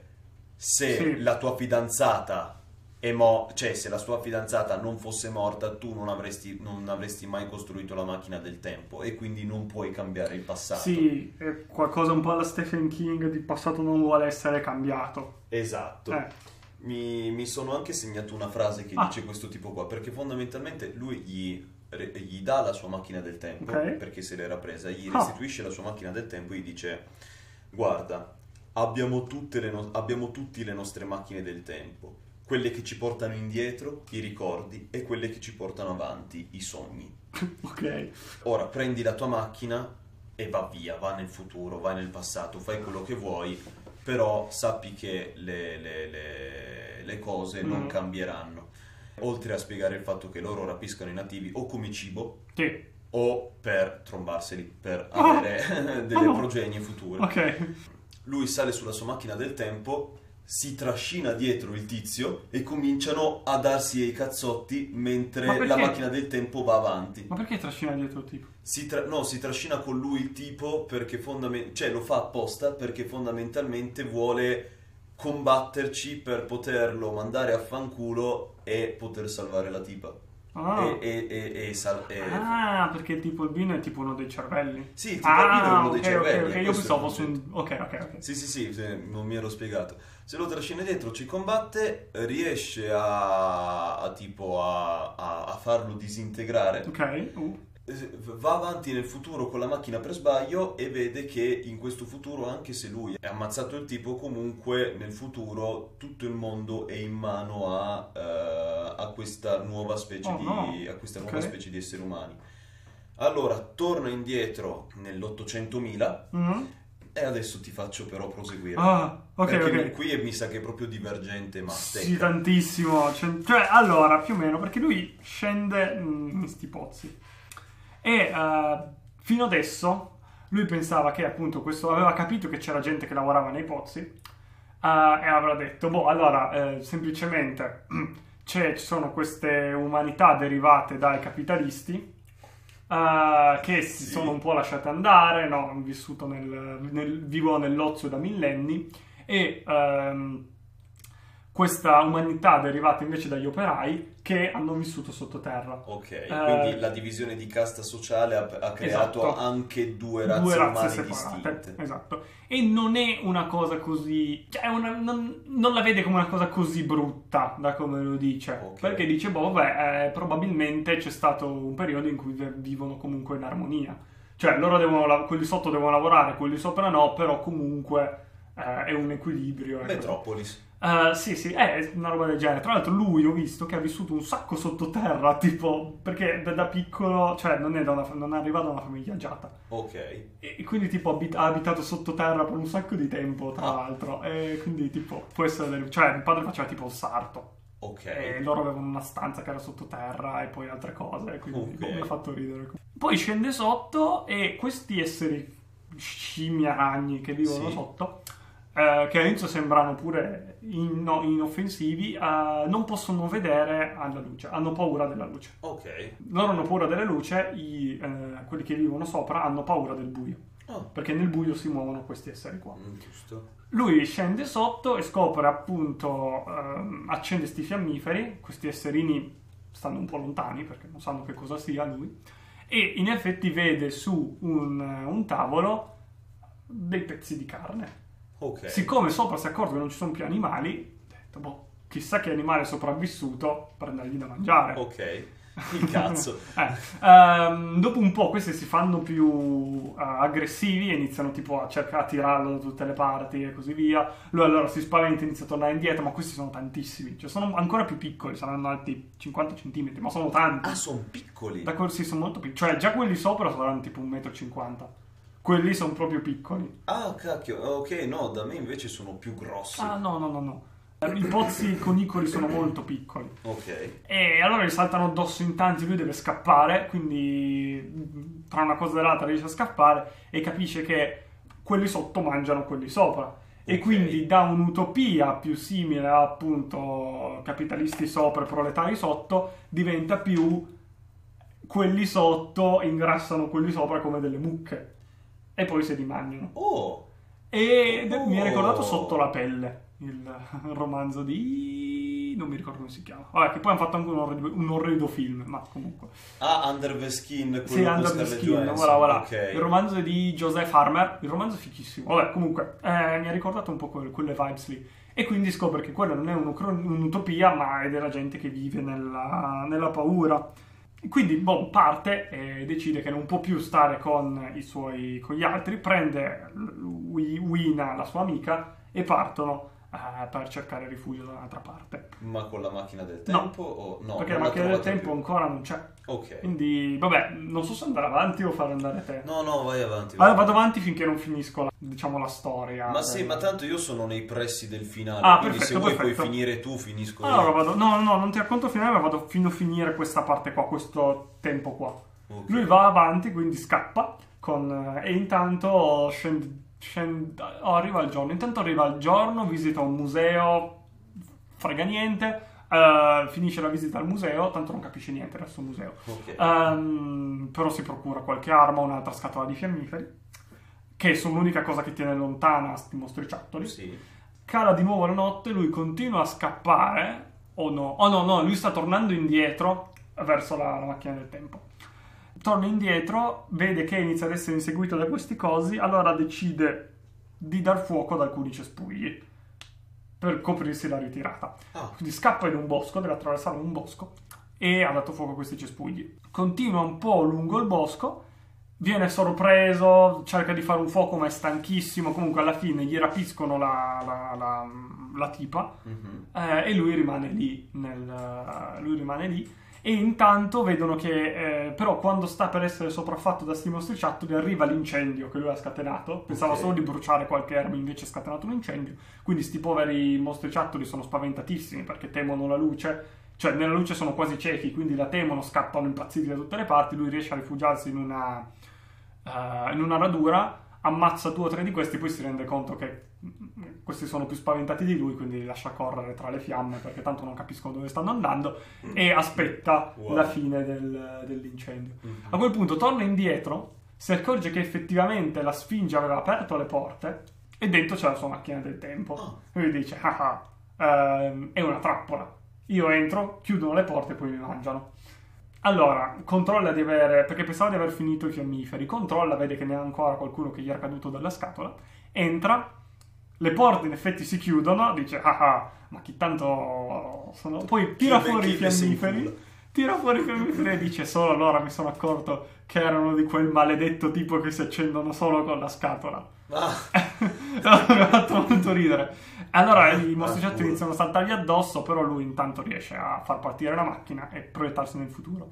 se Sì. la tua fidanzata è mo- cioè se la sua fidanzata non fosse morta, tu non avresti, non avresti mai costruito la macchina del tempo, e quindi non puoi cambiare il passato. Sì, è qualcosa un po' alla Stephen King, di passato non vuole essere cambiato. Esatto. Eh. Mi, mi sono anche segnato una frase che Ah. dice questo tipo qua, perché fondamentalmente lui gli, re- gli dà la sua macchina del tempo, Ok. perché se l'era presa, gli Ah. restituisce la sua macchina del tempo e gli dice: guarda, abbiamo, tutte le no- abbiamo tutti le nostre macchine del tempo, quelle che ci portano indietro, i ricordi, e quelle che ci portano avanti, i sogni. Ok. Ora prendi la tua macchina e va via, va nel futuro, vai nel passato, fai quello che vuoi, però sappi che le, le- le- le cose non Mm. cambieranno. Oltre a spiegare il fatto che loro rapiscano i nativi o come cibo Sì. o per trombarseli, per Ah. avere delle Ah, no. progenie future. Ok. Lui sale sulla sua macchina del tempo, si trascina dietro il tizio e cominciano a darsi i cazzotti Ma mentre perché? la macchina del tempo va avanti. Ma perché trascina dietro il tipo? Si tra- no, si trascina con lui il tipo perché fondamentalmente, cioè lo fa apposta perché fondamentalmente vuole combatterci per poterlo mandare a fanculo e poter salvare la tipa. Ah. E, e, e, e sal- e- Ah, perché tipo il vino è tipo uno dei cervelli. Sì, tipo ah, il vino è uno dei ok, cervelli, ok, ok. e Io questo pensavo è il fosse un... Ok, ok, ok. Sì, sì, sì, sì, non mi ero spiegato. Se lo trascina dietro, ci combatte, riesce a, a tipo a, a- a farlo disintegrare. Ok. Uh. Eh, Va avanti nel futuro con la macchina per sbaglio e vede che in questo futuro, anche se lui è ammazzato il tipo, comunque nel futuro tutto il mondo è in mano a, eh, a questa nuova specie Oh, di no. a questa nuova Ok. specie di esseri umani. Allora torna indietro nell'ottocentomila Mm. e adesso ti faccio però proseguire. Ah, ok, Perché ok. qui mi sa che è proprio divergente, ma Sì, stecca. tantissimo. Cioè, cioè, allora, più o meno, perché lui scende mm, in sti pozzi. E eh, fino adesso lui pensava che appunto questo aveva capito che c'era gente che lavorava nei pozzi, eh, e avrà detto, boh, allora, eh, semplicemente c'è- ci sono queste umanità derivate dai capitalisti, eh, che si Sì. sono un po' lasciate andare, no? Hanno vissuto nel, nel, vivono nell'ozio da millenni, e ehm, questa umanità derivata invece dagli operai che hanno vissuto sottoterra. Ok, Eh, quindi la divisione di casta sociale ha, ha creato Esatto. anche due razze, Due razze umane separate, distinte. esatto. E non è una cosa così, cioè è una- non, non la vede come una cosa così brutta da come lo dice, Ok. perché dice, boh, beh, eh, probabilmente c'è stato un periodo in cui vi- vivono comunque in armonia, cioè loro devono, la- quelli sotto devono lavorare, quelli sopra no, però comunque eh, è un equilibrio. ecco. Metropolis. Eh, sì, sì, è una roba del genere. Tra l'altro lui ho visto che ha vissuto un sacco sottoterra, tipo, perché da, da piccolo, cioè non è, da una, non è arrivato da una famiglia agiata. Ok. E e quindi tipo abit- ha abitato sottoterra per un sacco di tempo, tra Ah. l'altro. E quindi tipo, può essere del... Cioè il padre faceva tipo il sarto. Ok. E loro avevano una stanza che era sottoterra e poi altre cose, quindi Ok. boh, mi ha fatto ridere. Poi scende sotto e questi esseri scimmie ragni che vivono Sì. sotto, eh, che all'inizio sembrano pure in- no- inoffensivi, eh, non possono vedere alla luce, hanno paura della luce. Ok. Loro hanno paura della luce, i, eh, quelli che vivono sopra hanno paura del buio, Ah, perché nel buio si muovono questi esseri qua. mm, giusto. Lui scende sotto e scopre appunto, ehm, accende sti fiammiferi, questi esserini stanno un po' lontani perché non sanno che cosa sia lui, e in effetti vede su un, un tavolo dei pezzi di carne. Ok. Siccome sopra si accorge che non ci sono più animali, ha detto, boh, chissà che animale è sopravvissuto per dargli da mangiare. Ok. Il cazzo. eh, um, dopo un po' questi si fanno più uh, aggressivi e iniziano tipo a cercare a tirarlo da tutte le parti e così via. Lui allora si spaventa e inizia a tornare indietro, ma questi sono tantissimi, cioè sono ancora più piccoli, saranno alti cinquanta centimetri, ma sono tanti. Ah, sono piccoli? Da quel, sì, sono molto piccoli, cioè già quelli sopra saranno tipo un metro e cinquanta. Quelli sono proprio piccoli. Ah, cacchio, ok, no, da me invece sono più grossi. Ah, no, no, no, no. I pozzi conicoli sono molto piccoli. Ok. E allora gli saltano addosso in tanti, lui deve scappare, quindi tra una cosa e l'altra riesce a scappare e capisce che quelli sotto mangiano quelli sopra. E Ok. quindi da un'utopia più simile a appunto capitalisti sopra e proletari sotto, diventa più quelli sotto ingrassano quelli sopra come delle mucche. E poi se li mangiano. Oh! E Oh. mi è ricordato Sotto la pelle, il romanzo di... non mi ricordo come si chiama. Vabbè, che poi hanno fatto anche un orrido, un orrido film, ma comunque. Ah, Under the Skin, quello Sì, con Under the Scarlett Skin, Johansson. voilà, voilà. Ok. Il romanzo è di Joseph Harmer, il romanzo è fichissimo. Vabbè, comunque, eh, mi ha ricordato un po' quelle, quelle vibes lì. E quindi scopre che quella non è un'utopia, ma è della gente che vive nella, nella paura. Quindi Bob parte e decide che non può più stare con i suoi con gli altri, prende Wina, la sua amica, e partono eh, per cercare rifugio da un'altra parte. Ma con la macchina del No, tempo? O no? Perché non la l'ha macchina del trovata tempo più? ancora non c'è. Ok. Quindi, vabbè, non so se andare avanti o far andare te. No, no, vai avanti. vai Allora, vado avanti finché non finisco la, diciamo, la storia. Ma sì, ma tanto io sono nei pressi del finale, Ah, quindi perfetto, se vuoi perfetto. puoi finire tu, finisco io. Allora vado, no, no, non ti racconto il finale, ma vado fino a finire questa parte qua, questo tempo qua. Ok. Lui va avanti, quindi scappa, con, e intanto scende, scende, oh, arriva il giorno. Intanto arriva il giorno, visita un museo, frega niente, eh, finisce la visita al museo, tanto non capisce niente del suo museo. Ok. Ehm, però si procura qualche arma, un'altra scatola di fiammiferi, che sono l'unica cosa che tiene lontana sti mostriciattoli. Sì. Cala di nuovo la notte, lui continua a scappare, o no, oh no, no, lui sta tornando indietro verso la, la macchina del tempo. Torna indietro, vede che inizia ad essere inseguito da questi cosi, allora decide di dar fuoco ad alcuni cespugli per coprirsi la ritirata. Ah. Quindi scappa in un bosco, deve attraversare un bosco e ha dato fuoco a questi cespugli. Continua un po' lungo il bosco, viene sorpreso, cerca di fare un fuoco ma è stanchissimo, comunque alla fine gli rapiscono la, la, la, la tipa Mhm. eh, e lui rimane lì, nel, lui rimane lì. E intanto vedono che, eh, però, quando sta per essere sopraffatto da sti mostriciattoli, arriva l'incendio che lui ha scatenato. Pensava Ok. solo di bruciare qualche erba, invece ha scatenato un incendio. Quindi sti poveri mostriciattoli sono spaventatissimi perché temono la luce. Cioè, nella luce sono quasi ciechi, quindi la temono, scappano impazziti da tutte le parti. Lui riesce a rifugiarsi in una, eh, in una radura, ammazza due o tre di questi, poi si rende conto che questi sono più spaventati di lui, quindi li lascia correre tra le fiamme perché tanto non capiscono dove stanno andando e aspetta Wow. la fine del- dell'incendio. Mhm. A quel punto torna indietro, si accorge che effettivamente la Sfinge aveva aperto le porte e dentro c'è la sua macchina del tempo. Ah. E lui dice, ah ah, ehm, è una trappola. Io entro, chiudono le porte e poi mi mangiano. Allora, controlla di avere, perché pensava di aver finito i fiammiferi, controlla, vede che ne ha ancora qualcuno che gli era caduto dalla scatola, entra, le porte in effetti si chiudono, dice, ah ah, ma chi tanto sono... Poi tira Chi- fuori chi i che si fiammiferi, incula. tira fuori i fiammiferi e dice, solo allora mi sono accorto che erano di quel maledetto tipo che si accendono solo con la scatola. Ah, Mi ha fatto molto ridere. Allora i Ah, mostriciattoli culo. iniziano a saltargli addosso, però lui intanto riesce a far partire la macchina e proiettarsi nel futuro.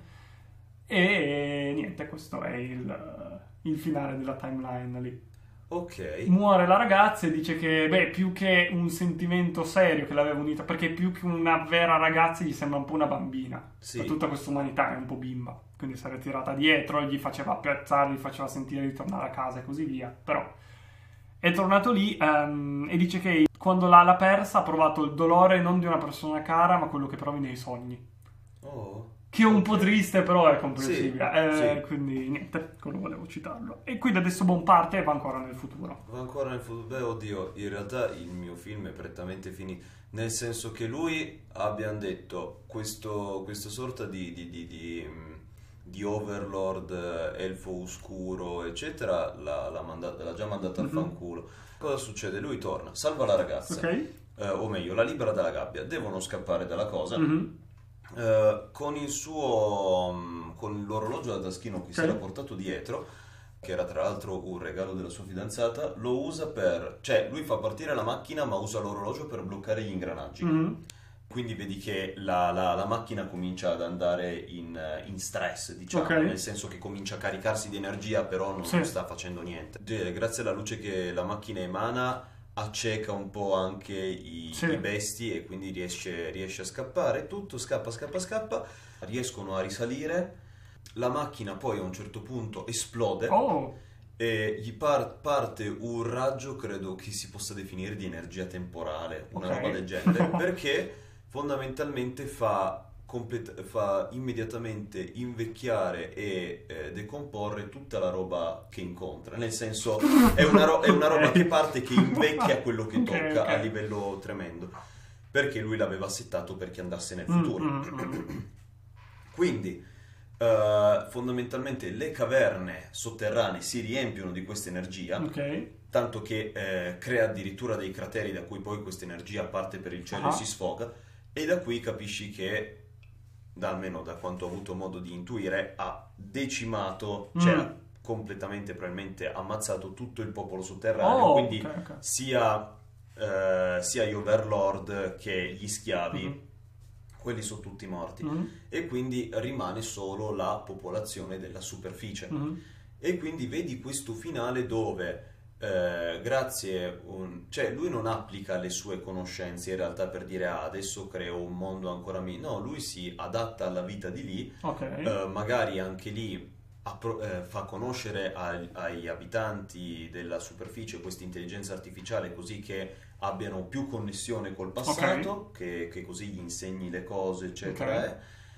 E niente, questo è il, il finale della timeline lì. ok. Muore la ragazza e dice che, beh, più che un sentimento serio che l'aveva unita, perché più che una vera ragazza gli sembra un po' una bambina. Sì. Per tutta questa umanità è un po' bimba, quindi si era tirata dietro, gli faceva piazzare, gli faceva sentire di tornare a casa e così via. Però è tornato lì ehm, e dice che quando l'ha, l'ha persa ha provato il dolore non di una persona cara, ma quello che provi nei sogni. Oh. Che è un Ok. po' triste, però è comprensibile. Sì, Eh, sì. Quindi niente, quello volevo citarlo. E quindi adesso buon parte e va ancora nel futuro. Va ancora nel futuro. Beh, oddio, in realtà il mio film è prettamente finito. Nel senso che lui, abbiamo detto, questo, questa sorta di, di, di, di, mh, di overlord, eh, elfo oscuro, eccetera, l'ha, l'ha, mandata- l'ha già mandata al Mhm. fanculo. Cosa succede? Lui torna, salva la ragazza, Ok? eh, o meglio, la libera dalla gabbia. Devono scappare dalla cosa. Mhm. uh, con il suo um, con l'orologio da taschino che Ok. si era portato dietro, che era tra l'altro un regalo della sua fidanzata, lo usa per, cioè lui fa partire la macchina ma usa l'orologio per bloccare gli ingranaggi. Mhm. Quindi vedi che la, la- la macchina comincia ad andare in, in stress, diciamo, Ok. nel senso che comincia a caricarsi di energia, però non, Sì. non sta facendo niente. De- Grazie alla luce che la macchina emana, acceca un po' anche i, Sì. i besti e quindi riesce, riesce a scappare. Tutto scappa, scappa, scappa. Riescono a risalire. La macchina poi a un certo punto esplode. Oh, E gli par- parte un raggio, credo che si possa definire di energia temporale, una Ok. roba del genere, perché fondamentalmente fa, complet- fa immediatamente invecchiare e eh, decomporre tutta la roba che incontra. Nel senso, è una, ro- è una roba Ok. che parte che invecchia quello che Ok, tocca ok. a livello tremendo, perché lui l'aveva settato perché andasse nel Mm, futuro. mm, mm. Quindi, eh, fondamentalmente, le caverne sotterranee si riempiono di questa energia, ok. tanto che eh, crea addirittura dei crateri da cui poi questa energia parte per il cielo Ah. e si sfoga, e da qui capisci che, da, almeno da quanto ho avuto modo di intuire, ha decimato, cioè Mm. ha completamente, probabilmente ammazzato tutto il popolo sotterraneo, Oh, quindi ok, ok. sia, eh, sia gli overlord che gli schiavi, Mhm. quelli sono tutti morti. Mhm. E quindi rimane solo la popolazione della superficie. Mhm. E quindi vedi questo finale dove, eh, grazie, un- cioè lui non applica le sue conoscenze in realtà per dire ah, adesso creo un mondo ancora migliore. No, lui si adatta alla vita di lì, Ok. eh, magari anche lì appro- eh, fa conoscere ai, ai abitanti della superficie questa intelligenza artificiale così che abbiano più connessione col passato, che, che così gli insegni le cose, eccetera. Ok. eh.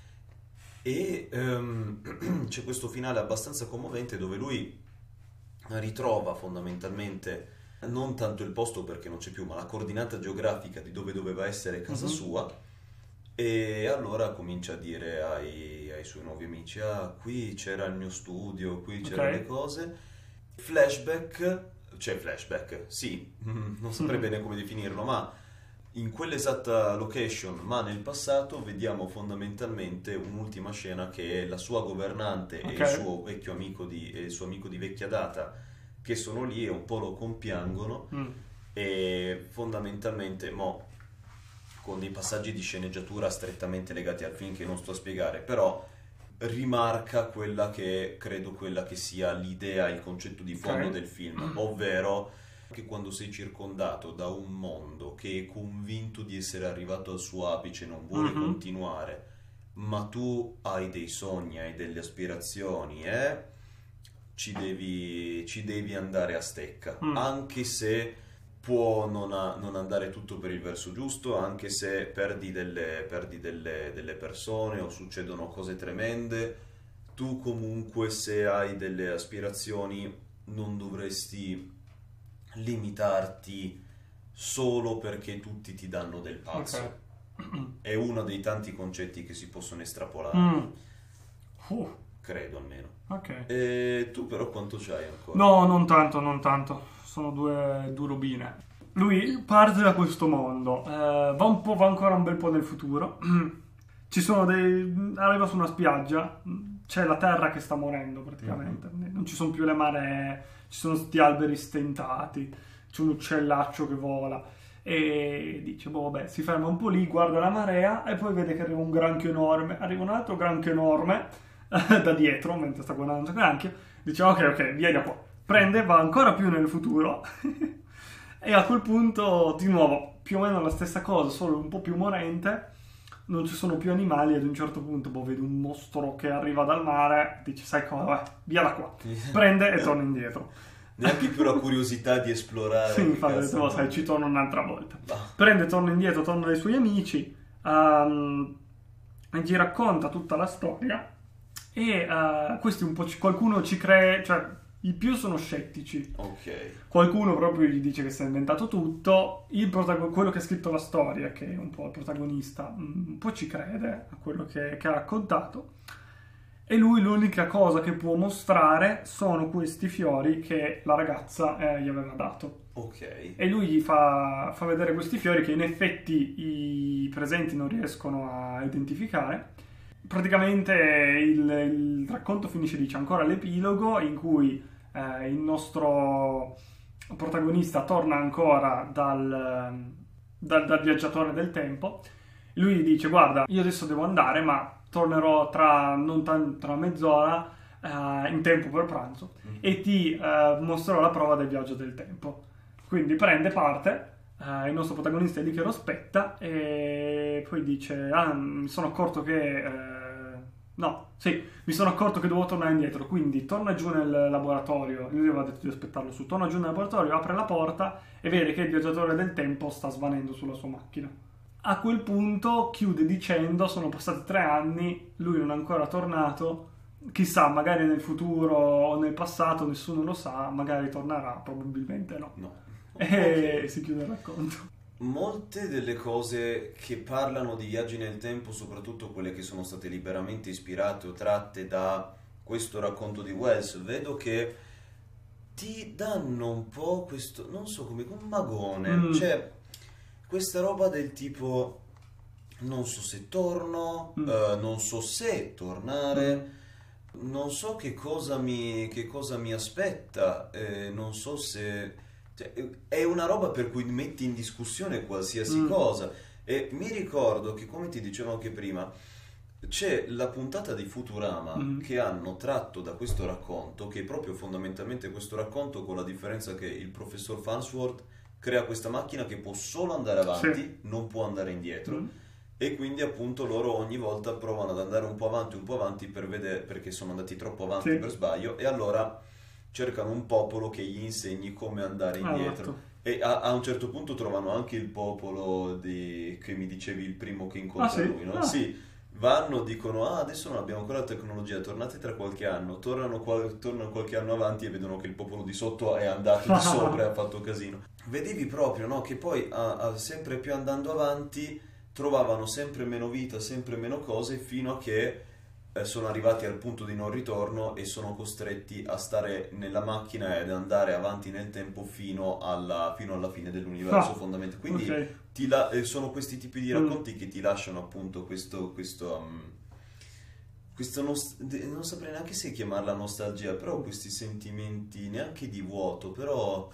E ehm, c'è questo finale abbastanza commovente dove lui ritrova fondamentalmente non tanto il posto perché non c'è più, ma la coordinata geografica di dove doveva essere casa Mhm. sua. E allora comincia a dire ai, ai suoi nuovi amici: ah, qui c'era il mio studio, qui c'erano Ok. le cose. Flashback, cioè flashback, sì, non saprei Mhm. bene come definirlo, ma in quell'esatta location, ma nel passato, vediamo fondamentalmente un'ultima scena che è la sua governante e Ok. il suo vecchio amico di, e il suo amico di vecchia data che sono lì e un po' lo compiangono. Mm. E fondamentalmente, mo, con dei passaggi di sceneggiatura strettamente legati al film che non sto a spiegare, però rimarca quella che credo quella che sia l'idea, il concetto di fondo Ok. del film, ovvero che quando sei circondato da un mondo che è convinto di essere arrivato al suo apice, non vuole Mhm. continuare, ma tu hai dei sogni, hai delle aspirazioni, eh? ci devi, ci devi andare a stecca, Mm. anche se può non, a- non andare tutto per il verso giusto, anche se perdi delle, perdi delle, delle persone o succedono cose tremende, tu comunque se hai delle aspirazioni non dovresti limitarti solo perché tutti ti danno del pazzo. Ok. È uno dei tanti concetti che si possono estrapolare, Mm. Uh, credo almeno. ok. E tu però quanto c'hai ancora? No, non tanto, non tanto. Sono due, due robine. Lui parte da questo mondo, eh, va un po', va ancora un bel po' nel futuro. Ci sono dei. Arriva su una spiaggia, c'è la terra che sta morendo praticamente. Non ci sono più le maree, ci sono sti alberi stentati, c'è un uccellaccio che vola. E dice, boh, vabbè, si ferma un po' lì, guarda la marea e poi vede che arriva un granchio enorme. Arriva un altro granchio enorme da dietro, mentre sta guardando il granchio. Dice, ok, ok, vieni da qua. Prende, va ancora più nel futuro. E a quel punto, di nuovo, più o meno la stessa cosa, solo un po' più morente. Non ci sono più animali. Ad un certo punto, boh, vede un mostro che arriva dal mare. Dice, sai cosa, vai, via da qua. Prende e torna indietro. Neanche più la curiosità di esplorare. Sì, che infatti, ho cazzo detto, "Oh, sai, no?" ci torno un'altra volta. No. Prende, torna indietro, torna dai suoi amici, ehm, e gli racconta tutta la storia. E eh, questi un po' ci- qualcuno ci cree, cioè i più sono scettici. Ok. Qualcuno proprio gli dice che si è inventato tutto. Il protago- quello che ha scritto la storia, che è un po' il protagonista, mm, un po' ci crede a quello che, che ha raccontato. E lui l'unica cosa che può mostrare sono questi fiori che la ragazza eh, gli aveva dato. Ok. E lui gli fa, fa vedere questi fiori che in effetti i presenti non riescono a identificare. Praticamente il, il racconto finisce, dice, ancora l'epilogo in cui eh, il nostro protagonista torna ancora dal, dal, dal viaggiatore del tempo. Lui gli dice: guarda, io adesso devo andare, ma tornerò tra, non tan- tra mezz'ora eh, in tempo per pranzo mm-hmm. e ti eh, mostrerò la prova del viaggio del tempo. Quindi prende parte, eh, il nostro protagonista è lì che lo aspetta e poi dice: ah, mi sono accorto che eh, no, sì, mi sono accorto che devo tornare indietro, quindi torna giù nel laboratorio. Lui aveva detto di aspettarlo su, torna giù nel laboratorio, apre la porta e vede che il viaggiatore del tempo sta svanendo sulla sua macchina. A quel punto chiude dicendo: sono passati tre anni, lui non è ancora tornato, chissà, magari nel futuro o nel passato, nessuno lo sa, magari tornerà, probabilmente no. No. E Okay. si chiude il racconto. Molte delle cose che parlano di viaggi nel tempo, soprattutto quelle che sono state liberamente ispirate o tratte da questo racconto di Wells, vedo che ti danno un po' questo, non so come, un magone, Mm. cioè questa roba del tipo non so se torno, Mm. eh, non so se tornare, non so che cosa mi, che cosa mi aspetta, eh, non so se... Cioè, è una roba per cui metti in discussione qualsiasi Mm. cosa. E mi ricordo che, come ti dicevo anche prima, c'è la puntata di Futurama Mm. che hanno tratto da questo racconto, che è proprio fondamentalmente questo racconto, con la differenza che il professor Farnsworth crea questa macchina che può solo andare avanti, Sì. non può andare indietro. Mm. E quindi appunto loro ogni volta provano ad andare un po' avanti, un po' avanti per vedere, perché sono andati troppo avanti Sì. per sbaglio, e allora cercano un popolo che gli insegni come andare Ah, indietro. esatto. E a, a un certo punto trovano anche il popolo di, che mi dicevi, il primo che incontra Ah, sì? lui, no? Ah. Sì, vanno, dicono: ah, adesso non abbiamo ancora la tecnologia, tornate tra qualche anno, tornano, qual- tornano qualche anno avanti e vedono che il popolo di sotto è andato di sopra e ha fatto casino. Vedevi proprio, no, che poi a- a- sempre più andando avanti trovavano sempre meno vita, sempre meno cose, fino a che eh, sono arrivati al punto di non ritorno e sono costretti a stare nella macchina ed andare avanti nel tempo fino alla, fino alla fine dell'universo, Ah, fondamentalmente. Quindi ok. ti la- eh, sono questi tipi di Mm. racconti che ti lasciano appunto questo, questo, um, questo nost- de- non saprei neanche se chiamarla nostalgia, però questi sentimenti neanche di vuoto, però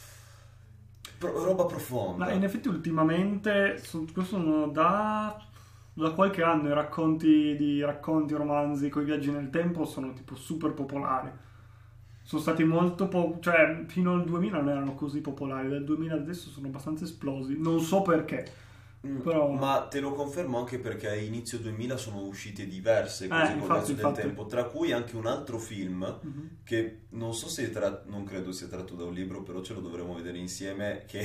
pro- roba profonda. Ma in effetti ultimamente so- sono da, da qualche anno i racconti di racconti, romanzi con i viaggi nel tempo sono tipo super popolari. Sono stati molto po- cioè fino al duemila non erano così popolari, dal duemila ad adesso sono abbastanza esplosi. Non so perché. Mm, Però- Ma te lo confermo anche perché a inizio duemila sono uscite diverse Eh, cose con infatti, Viaggio del infatti. tempo, tra cui anche un altro film Mhm. che non so se tra- non credo sia tratto da un libro, però ce lo dovremo vedere insieme, che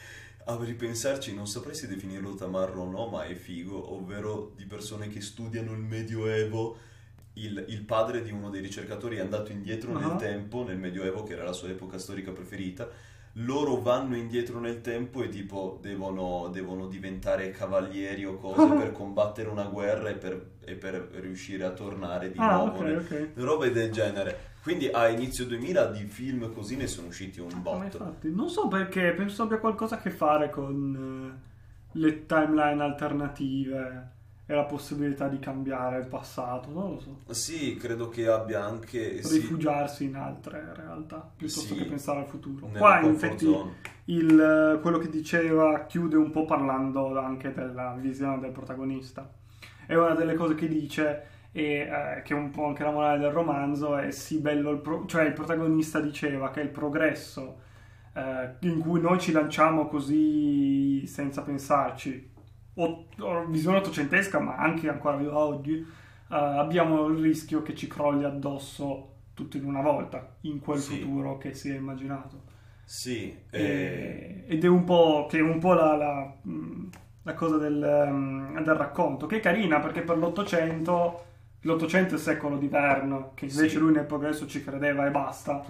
a ripensarci non saprei se definirlo tamarro o no, ma è figo, ovvero di persone che studiano il Medioevo. Il, il padre di uno dei ricercatori è andato indietro Ah. nel tempo, nel Medioevo, che era la sua epoca storica preferita. Loro vanno indietro nel tempo e tipo devono, devono diventare cavalieri o cose per combattere una guerra e per, e per riuscire a tornare di Ah, nuovo, ok, nel- ok. robe del genere. Quindi a inizio duemila di film così ne sono usciti un Ma botto. infatti, non so perché, penso abbia qualcosa a che fare con eh, le timeline alternative e la possibilità di cambiare il passato, non lo so. Sì, credo che abbia anche sì, Rifugiarsi in altre realtà piuttosto Sì, che pensare al futuro. nella Qua in comfort effetti zone. il, eh, quello che diceva chiude un po' parlando anche della visione del protagonista. E una delle cose che dice, e eh, che è un po' anche la morale del romanzo, è sì bello, il pro- cioè il protagonista diceva che il progresso eh, in cui noi ci lanciamo così senza pensarci, o, o visione ottocentesca, ma anche ancora oggi, eh, abbiamo il rischio che ci crolli addosso tutto in una volta, in quel Sì. futuro che si è immaginato. Sì, eh, E- ed è un po', che è un po' la, la, mh, la cosa del, um, del racconto, che è carina perché per l'Ottocento, l'Ottocento è il secolo di Verne, che invece Sì. lui nel progresso ci credeva e basta.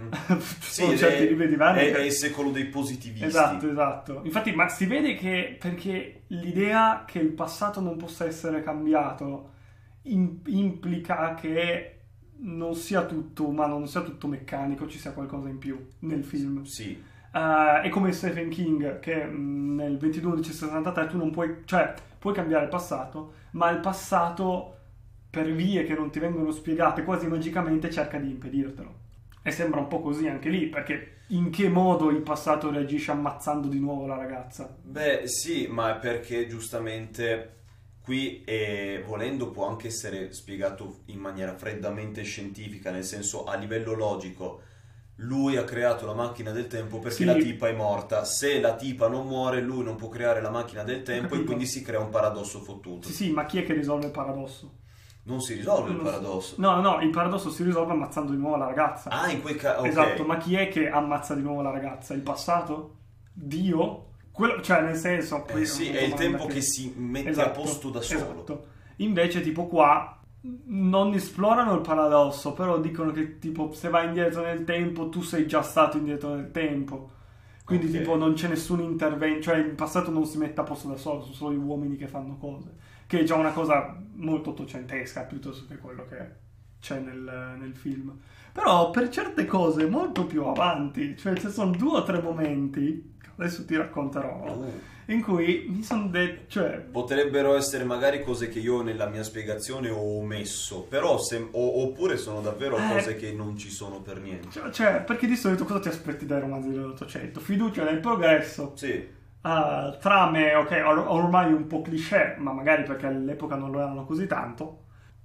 sì, Sono certi è, libri di Verne è- che- è il secolo dei positivisti. Esatto, esatto. Infatti, ma si vede che perché l'idea che il passato non possa essere cambiato in- implica che non sia tutto umano, non sia tutto meccanico, ci sia qualcosa in più nel film. Sì. Uh, è come Stephen King, che mh, nel ventidue dodici sessantatré tu non puoi, cioè puoi cambiare il passato, ma il passato, per vie che non ti vengono spiegate quasi magicamente, cerca di impedirtelo. E sembra un po' così anche lì, perché in che modo il passato reagisce ammazzando di nuovo la ragazza? Beh, sì, ma è perché giustamente qui, eh, volendo, può anche essere spiegato in maniera freddamente scientifica, nel senso, a livello logico. Lui ha creato la macchina del tempo perché Sì. la tipa è morta. Se la tipa non muore, lui non può creare la macchina del tempo e Capito. quindi si crea un paradosso fottuto. Sì, sì, ma chi è che risolve il paradosso? Non si risolve il Non so. paradosso. No, no, il paradosso si risolve ammazzando di nuovo la ragazza. Ah, in quel caso... Esatto, ma chi è che ammazza di nuovo la ragazza? Il passato? Dio? Quello, cioè, nel senso... poi Eh sì, una è il domanda tempo che si mette a Esatto, posto da solo. esatto. Invece, tipo qua, non esplorano il paradosso, però dicono che, tipo, se vai indietro nel tempo, tu sei già stato indietro nel tempo. Quindi, Ok. tipo, non c'è nessun intervento, cioè il passato non si mette a posto da solo, sono solo gli uomini che fanno cose. Che è già una cosa molto ottocentesca, piuttosto che quello che c'è nel, nel film. Però, per certe cose, molto più avanti, cioè ci sono due o tre momenti, che adesso ti racconterò, Uh, in cui mi sono detto, cioè... potrebbero essere magari cose che io nella mia spiegazione ho omesso, però se, o- oppure sono davvero Eh. cose che non ci sono per niente. Cioè, cioè, perché di solito cosa ti aspetti dai romanzi dell'Ottocento? Fiducia nel progresso, Sì, uh, trame, ok, or- ormai un po' cliché, ma magari perché all'epoca non lo erano così tanto,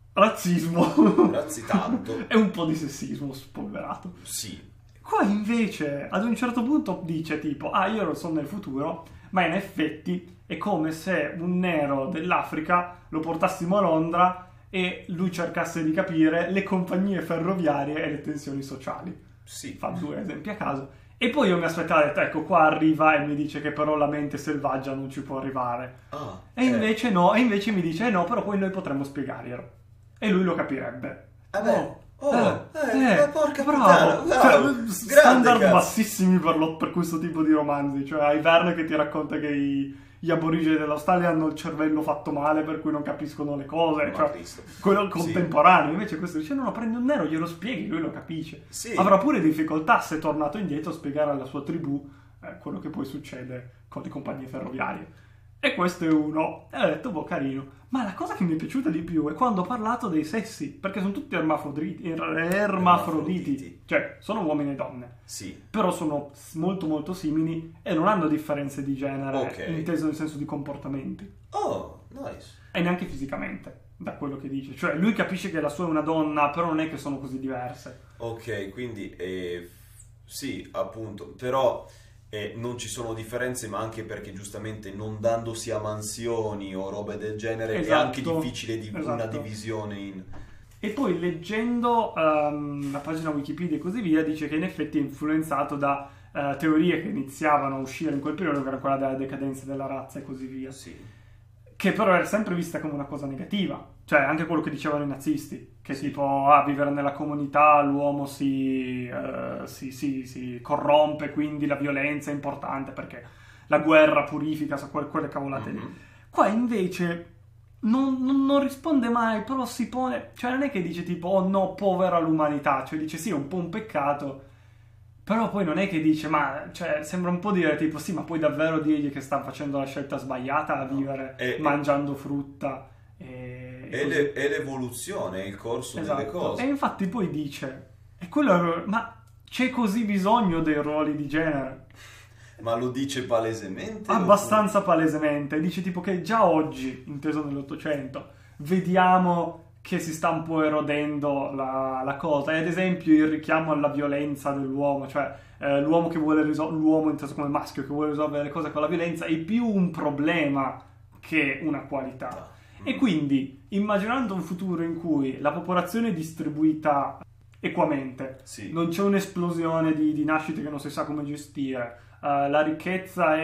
razzismo grazie tanto. e un po' di sessismo spolverato. Sì, Qua invece, ad un certo punto dice tipo, ah, io sono nel futuro, ma in effetti è come se un nero dell'Africa lo portassimo a Londra e lui cercasse di capire le compagnie ferroviarie e le tensioni sociali. sì. Fa due esempi a caso. E poi io mi aspettavo, ho detto, ecco, qua arriva e mi dice che però la mente selvaggia non ci può arrivare. Ah, E eh. invece no, e invece mi dice, eh no, però poi noi potremmo spiegarglielo. E lui lo capirebbe. Ah beh. Oh, eh, ma porca bravo. puttana, Cioè, wow, standard grande cazzo. bassissimi per, lo- per questo tipo di romanzi. Cioè, hai Verne che ti racconta che i- gli aborigeni dell'Australia hanno il cervello fatto male per cui non capiscono le cose. Ma Cioè, Cristo. quello Sì. contemporaneo. Invece questo dice, no, no, prendi un nero, glielo spieghi, lui lo capisce. Sì. Avrà pure difficoltà, se è tornato indietro, a spiegare alla sua tribù eh, quello che poi succede con le compagnie ferroviarie. E questo è uno. E ho detto, boh, carino. Ma la cosa che mi è piaciuta di più è quando ho parlato dei sessi, perché sono tutti ermafroditi, er- ermafroditi, Ermafroditi. cioè sono uomini e donne, Sì. però sono s- molto molto simili e non hanno differenze di genere, Ok. inteso nel senso di comportamenti, Oh, nice. e neanche fisicamente, da quello che dice. Cioè lui capisce che la sua è una donna, però non è che sono così diverse. Ok, quindi eh, sì, appunto, però eh, non ci sono differenze, ma anche perché giustamente non dandosi a mansioni o robe del genere Esatto, è anche difficile di- una esatto. divisione in... E poi leggendo ehm, la pagina Wikipedia e così via, dice che in effetti è influenzato da eh, teorie che iniziavano a uscire in quel periodo, che era quella della decadenza della razza e così via, Sì. che però era sempre vista come una cosa negativa. Cioè anche quello che dicevano i nazisti, che tipo, ah, vivere nella comunità l'uomo si, eh, si, si, si corrompe, quindi la violenza è importante perché la guerra purifica, so, que- quelle cavolate lì. Mhm. Qua invece non, non- non risponde mai, però si pone, cioè non è che dice tipo, oh no, povera l'umanità, cioè dice sì, è un po' un peccato, però poi non è che dice, ma, cioè, sembra un po' dire tipo, sì, ma puoi davvero dirgli che sta facendo la scelta sbagliata a vivere E- mangiando frutta e... e È, così. le- è l'evoluzione, è il corso delle Esatto. cose. E infatti poi dice, e quello, ma c'è così bisogno dei ruoli di genere? Ma lo dice palesemente? Abbastanza palesemente, dice tipo che già oggi, inteso nell'Ottocento, vediamo che si sta un po' erodendo la, la cosa, e ad esempio il richiamo alla violenza dell'uomo, cioè eh, l'uomo che vuole risolvere, l'uomo inteso come maschio che vuole risolvere le cose con la violenza è più un problema che una qualità. E quindi, immaginando un futuro in cui la popolazione è distribuita equamente, Sì. non c'è un'esplosione di, di nascite che non si sa come gestire, eh, la ricchezza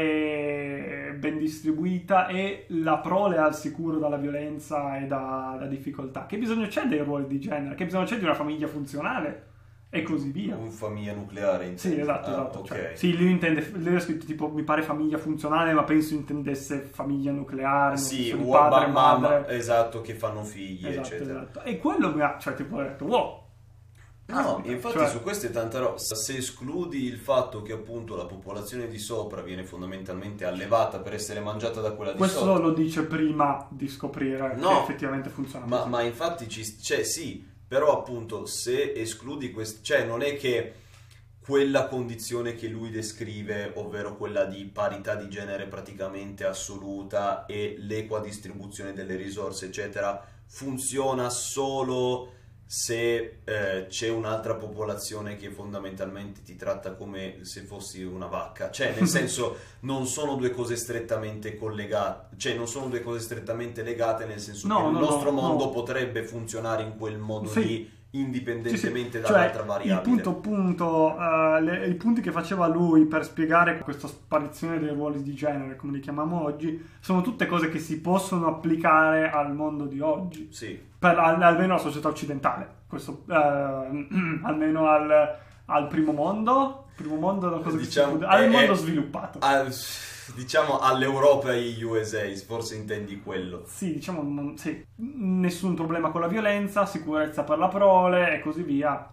è ben distribuita e la prole è al sicuro dalla violenza e da, da difficoltà. Che bisogno c'è dei ruoli di genere? Che bisogno c'è di una famiglia funzionale? e così via. Un famiglia nucleare intende. Sì, esatto, ah, esatto. ok. Cioè, sì, lui intende, lui ha scritto tipo, mi pare famiglia funzionale, ma penso intendesse famiglia nucleare, Sì, non so, uo- padre, ma- madre. ma- esatto, che fanno figli, Esatto, eccetera. esatto. E quello mi ha, cioè, tipo, ho detto, wow. No, Caspita, infatti cioè- su questo è tanta roba. Se escludi il fatto che appunto la popolazione di sopra viene fondamentalmente allevata per essere mangiata da quella di Questo sotto. lo dice prima di scoprire No, che effettivamente funziona Ma, così. ma infatti ci, cioè sì, però appunto se escludi questo, cioè non è che quella condizione che lui descrive, ovvero quella di parità di genere praticamente assoluta e l'equa distribuzione delle risorse, eccetera, funziona solo se eh, c'è un'altra popolazione che fondamentalmente ti tratta come se fossi una vacca. Cioè, nel senso, non sono due cose strettamente collegate, cioè non sono due cose strettamente legate, nel senso No, che il no, nostro no, mondo no. potrebbe funzionare in quel modo Sì. lì, indipendentemente Sì, sì. dall'altra Cioè, variabile. il punto, punto, eh, le- i punti che faceva lui per spiegare questa sparizione dei ruoli di genere, come li chiamiamo oggi, sono tutte cose che si possono applicare al mondo di oggi, Sì. per, al- almeno alla società occidentale, questo, eh, almeno al, al primo mondo, primo mondo è una cosa che Diciamo, si può- al è- mondo è- sviluppato. al- diciamo all'Europa e agli U S A, forse intendi quello. Sì, diciamo, non- sì, nessun problema con la violenza, sicurezza per la prole e così via.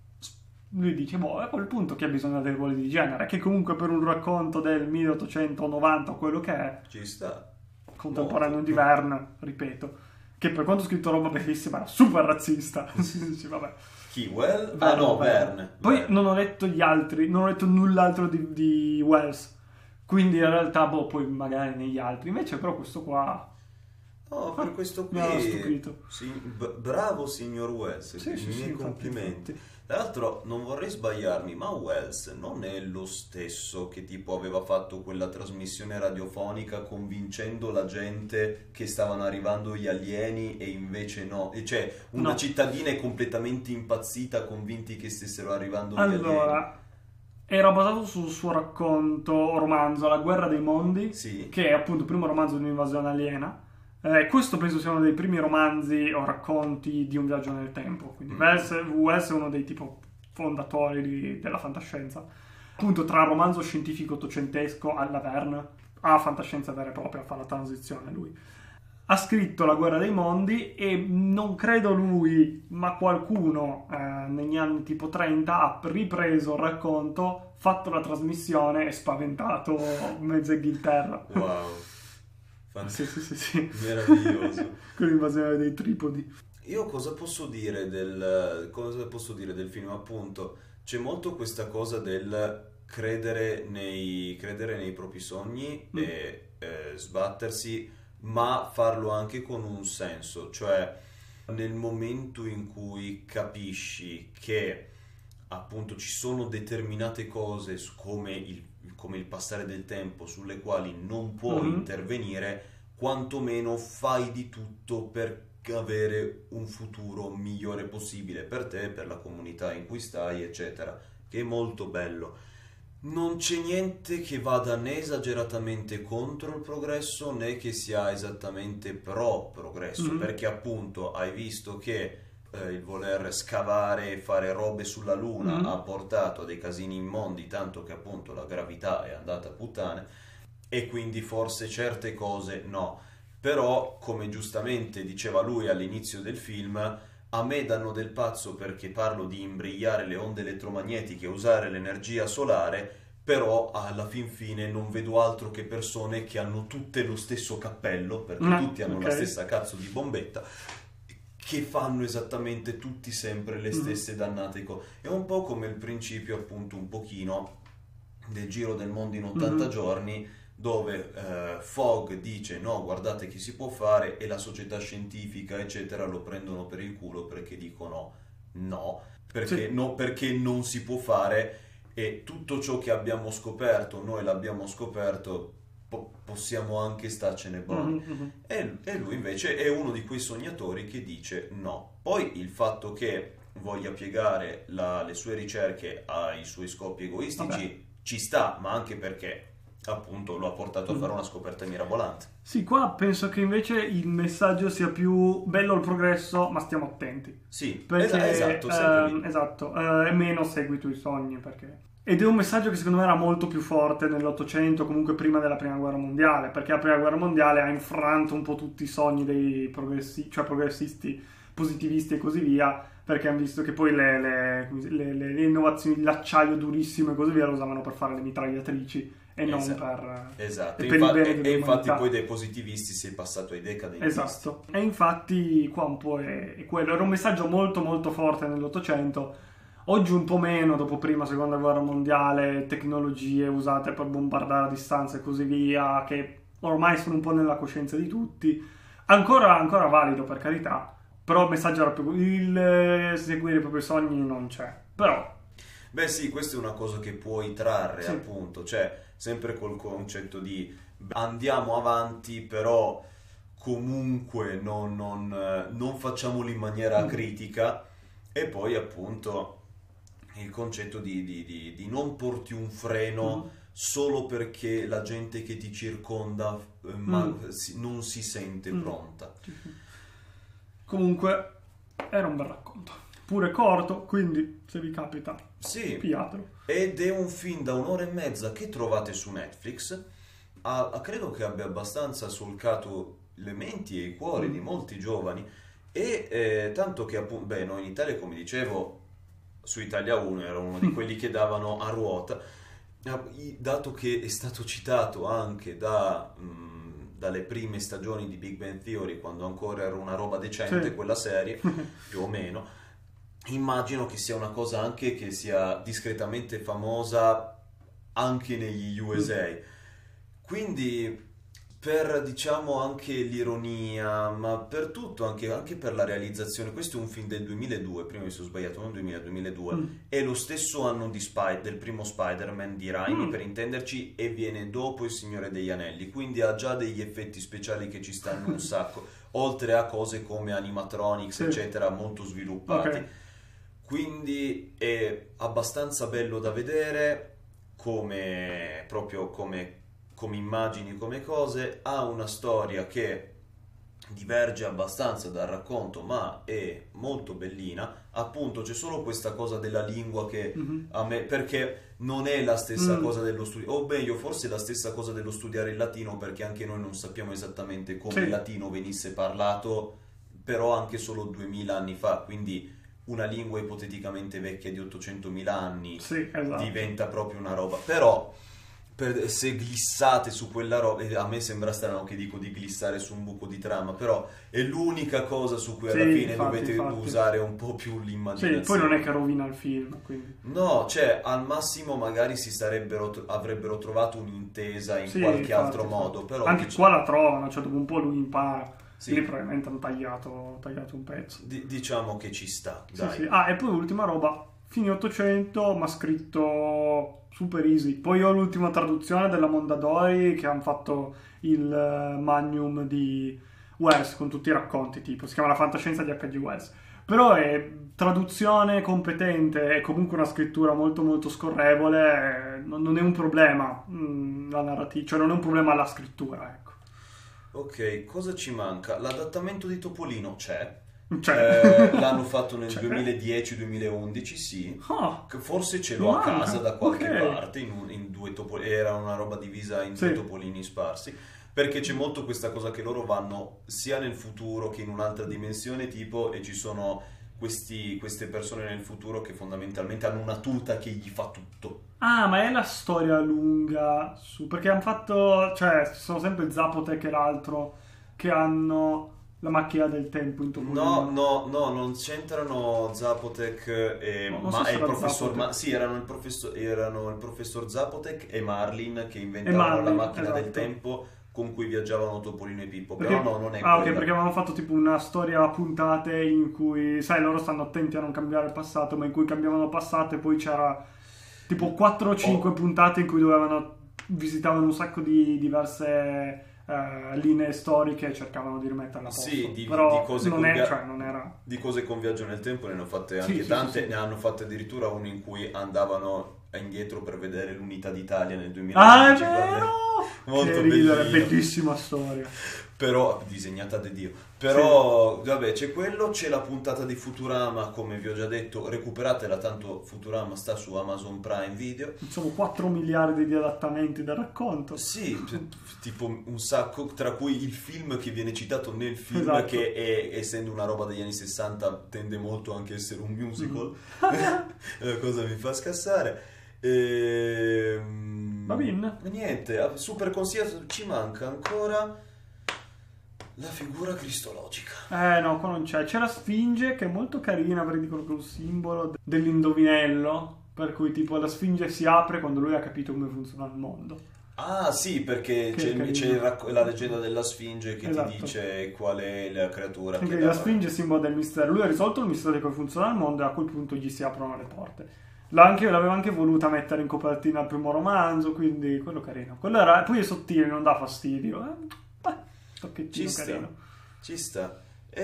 Lui dice, boh, a quel punto che ha bisogno dei ruoli di genere, che comunque per un racconto del milleottocentonovanta o quello che è, Ci sta. contemporaneo Molto. di Verne, ripeto, che per quanto ho scritto roba bellissima era super razzista. Dici, vabbè. Chi? Well? Ah no, Verne. Poi Verne. non ho letto gli altri, non ho letto null'altro di, di Wells, quindi in realtà, boh, poi magari negli altri. Invece però questo qua... No, per questo qui mi ha stupito. sì, b- bravo signor Wells, Sì, i sì, miei sì, infatti, complimenti. infatti. Tra l'altro non vorrei sbagliarmi, ma Wells non è lo stesso che tipo aveva fatto quella trasmissione radiofonica convincendo la gente che stavano arrivando gli alieni e invece no, e cioè una No. cittadina è completamente impazzita convinti che stessero arrivando gli alieni. Allora, era basato sul suo racconto romanzo La guerra dei mondi, Sì. che è appunto il primo romanzo di un'invasione aliena. Eh, questo penso sia uno dei primi romanzi o racconti di un viaggio nel tempo. Quindi Mm. Wells, Wells è uno dei tipo fondatori di- della fantascienza. Appunto tra romanzo scientifico ottocentesco alla Verne, a fantascienza vera e propria, fa la transizione lui. Ha scritto La guerra dei mondi e non credo lui, ma qualcuno eh, negli anni tipo trenta ha ripreso il racconto, fatto la trasmissione e spaventato mezza Inghilterra. Wow. Sì, sì, sì, sì. Meraviglioso. Con l'invasione dei tripodi. Io cosa posso dire del, cosa posso dire del film? Appunto, c'è molto questa cosa del credere nei, credere nei propri sogni Mm. e eh, sbattersi, ma farlo anche con un senso. Cioè, nel momento in cui capisci che appunto ci sono determinate cose su- come il, come il passare del tempo sulle quali non puoi Mhm. intervenire, quantomeno fai di tutto per avere un futuro migliore possibile per te, per la comunità in cui stai, eccetera, che è molto bello. Non c'è niente che vada né esageratamente contro il progresso né che sia esattamente pro progresso, Mhm. perché appunto hai visto che eh, il voler scavare e fare robe sulla Luna Mhm. ha portato a dei casini immondi, tanto che appunto la gravità è andata a puttane e quindi forse certe cose no. Però, come giustamente diceva lui all'inizio del film, a me danno del pazzo perché parlo di imbrigliare le onde elettromagnetiche e usare l'energia solare, però alla fin fine non vedo altro che persone che hanno tutte lo stesso cappello, perché Mm, tutti hanno la ok. stessa cazzo di bombetta, che fanno esattamente tutti sempre le Mhm. stesse dannate cose. È un po' come il principio, appunto, un pochino del giro del mondo in ottanta Mhm. giorni, dove eh, Fogg dice no, guardate che si può fare, e la società scientifica eccetera lo prendono per il culo perché dicono no, perché, Sì. no, perché non si può fare, e tutto ciò che abbiamo scoperto noi l'abbiamo scoperto, po- possiamo anche starcene buoni. Mhm, mhm. E, e lui invece è uno di quei sognatori che dice no. Poi il fatto che voglia piegare la- le sue ricerche ai suoi scopi egoistici Vabbè. ci sta, ma anche perché appunto lo ha portato a fare una scoperta mirabolante. Sì, qua penso che invece il messaggio sia più bello il progresso, ma stiamo attenti. Sì, perché, esatto, sempre ehm, esatto, eh, e meno segui i tuoi sogni, perché... Ed è un messaggio che secondo me era molto più forte nell'Ottocento, comunque prima della Prima Guerra Mondiale, perché la Prima Guerra Mondiale ha infranto un po' tutti i sogni dei progressi, cioè progressisti, positivisti e così via, perché hanno visto che poi le, le, le, le, le innovazioni, l'acciaio durissimo e così via lo usavano per fare le mitragliatrici e non esatto. per, esatto. per Infa- il bene e, e dell'umanità. infatti poi dai positivisti si è passato ai decadentisti. Esatto, e infatti qua un po' è, è quello, era un messaggio molto molto forte nell'Ottocento. Oggi un po' meno, dopo prima, seconda guerra mondiale, tecnologie usate per bombardare a distanza e così via, che ormai sono un po' nella coscienza di tutti. Ancora, ancora valido, per carità, però il messaggio era più... il seguire i propri sogni non c'è. Però... Beh sì, questa è una cosa che puoi trarre, sì. appunto, cioè sempre col concetto di andiamo avanti, però comunque non, non, non facciamolo in maniera Mm. critica, e poi appunto... il concetto di, di, di, di non porti un freno Mm. solo perché la gente che ti circonda eh, ma Mm. si- non si sente Mm. pronta. Comunque, era un bel racconto. Pure corto, quindi se vi capita, Sì, pigliatelo. ed è un film da un'ora e mezza che trovate su Netflix. Ha- ha- credo che abbia abbastanza solcato le menti e i cuori Mm. di molti giovani, e eh, tanto che appunto, beh, noi in Italia, come dicevo, su Italia uno era uno di quelli che davano a ruota, dato che è stato citato anche da, mh, dalle prime stagioni di Big Bang Theory, quando ancora era una roba decente, Sì. quella serie, più o meno, immagino che sia una cosa anche che sia discretamente famosa anche negli U S A. Quindi per, diciamo, anche l'ironia, ma per tutto, anche, anche per la realizzazione. Questo è un film del duemiladue, prima mi sono sbagliato, non duemila, duemiladue, Mm. è lo stesso anno di Spy- del primo Spider-Man di Raimi, Mm. per intenderci, e viene dopo Il Signore degli Anelli, quindi ha già degli effetti speciali che ci stanno un sacco, oltre a cose come animatronics, Sì. eccetera, molto sviluppati. Ok. Quindi è abbastanza bello da vedere, come proprio come, come immagini, come cose. Ha una storia che diverge abbastanza dal racconto, ma è molto bellina. Appunto, c'è solo questa cosa della lingua che Mhm. a me, perché non è la stessa Mm. cosa dello studio, o meglio, forse è la stessa cosa dello studiare il latino, perché anche noi non sappiamo esattamente come Sì. il latino venisse parlato, però anche solo duemila anni fa, quindi una lingua ipoteticamente vecchia di ottocentomila anni Sì, esatto. diventa proprio una roba. Però per- se glissate su quella roba, e a me sembra strano che dico di glissare su un buco di trama, però è l'unica cosa su cui alla Sì, fine infatti, dovete infatti. usare un po' più Sì, l'immaginazione. poi non è che rovina il film, quindi... No, cioè al massimo magari si sarebbero avrebbero trovato un'intesa in Sì, qualche infatti, altro infatti. modo, però Anche dic- qua la trovano, cioè dopo un po' lui impara. Sì. Lì probabilmente hanno tagliato, tagliato un pezzo. di- diciamo che ci sta, Sì, dai. sì. Ah, e poi ultima roba, fine ottocento, ma scritto super easy. Poi ho l'ultima traduzione della Mondadori, che hanno fatto il eh, Magnum di Wells, con tutti i racconti, tipo, si chiama La fantascienza di H G. Wells. Però è traduzione competente e comunque una scrittura molto molto scorrevole, eh, non, non è un problema mm, la narrativa, cioè non è un problema la scrittura, ecco. Ok, cosa ci manca? L'adattamento di Topolino c'è. Cioè, Eh, l'hanno fatto nel C'è? duemiladieci duemilaundici, sì. ah, Che forse ce l'ho a Manca, casa da qualche ok. parte, in, un- in due topolini, era una roba divisa in Sì. due topolini sparsi, perché c'è molto questa cosa che loro vanno sia nel futuro che in un'altra dimensione, tipo, e ci sono questi- queste persone nel futuro che fondamentalmente hanno una tuta che gli fa tutto. Ah, ma è la storia lunga su... Perché hanno fatto... Cioè, ci sono sempre Zapotec e l'altro che hanno la macchina del tempo in Topolino. No, no, no, non c'entrano Zapotec e... No, non so ma se è il era professor... Zapotec. Ma, sì, erano il professor, erano il professor Zapotec e Marlin che E inventavano Marlin, la macchina esatto. del tempo con cui viaggiavano Topolino e Pippo. Perché- Però no, non è Ah, ok, quella. perché avevamo fatto tipo una storia a puntate in cui, sai, loro stanno attenti a non cambiare il passato, ma in cui cambiavano il passato e poi c'era tipo quattro o cinque Oh. puntate in cui dovevano visitavano un sacco di diverse eh, linee storiche e cercavano di rimetterla a posto. Sì, di- Però di cose non, con è, via- cioè, non era... Di cose con viaggio nel tempo ne hanno fatte anche Sì, sì, tante, sì, sì. ne hanno fatte addirittura uno in cui andavano indietro per vedere l'Unità d'Italia nel Ah, è duemilaundici. vero! Molto Che ridere, bellino. bellissima storia. Però, disegnata da Dio. Però, sì. Vabbè, c'è quello, c'è la puntata di Futurama, come vi ho già detto, recuperatela, tanto Futurama sta su Amazon Prime Video. Sono quattro miliardi di adattamenti da racconto. Sì, cioè, tipo un sacco, tra cui il film che viene citato nel film, Esatto. che è, essendo una roba degli anni sessanta, tende molto anche a essere un musical. La cosa mi fa scassare. E... Va bene. Niente, super consigliato, ci manca ancora la figura cristologica. Eh no, qua non c'è. C'è la Sfinge che è molto carina perché dicono che è un simbolo dell'indovinello, per cui tipo la Sfinge si apre quando lui ha capito come funziona il mondo. Ah sì, perché Che c'è, c'è il racco- la leggenda della Sfinge che Esatto. ti dice qual è la creatura. Quindi che la dà- Sfinge è simbolo del mistero. Lui ha risolto il mistero di come funziona il mondo e a quel punto gli si aprono le porte. L'ha anche, l'aveva anche voluta mettere in copertina al primo romanzo, quindi quello carino. Quello era, poi è sottile, non dà fastidio. Eh? Beh, tocchettino Ci sta, carino. ci sta.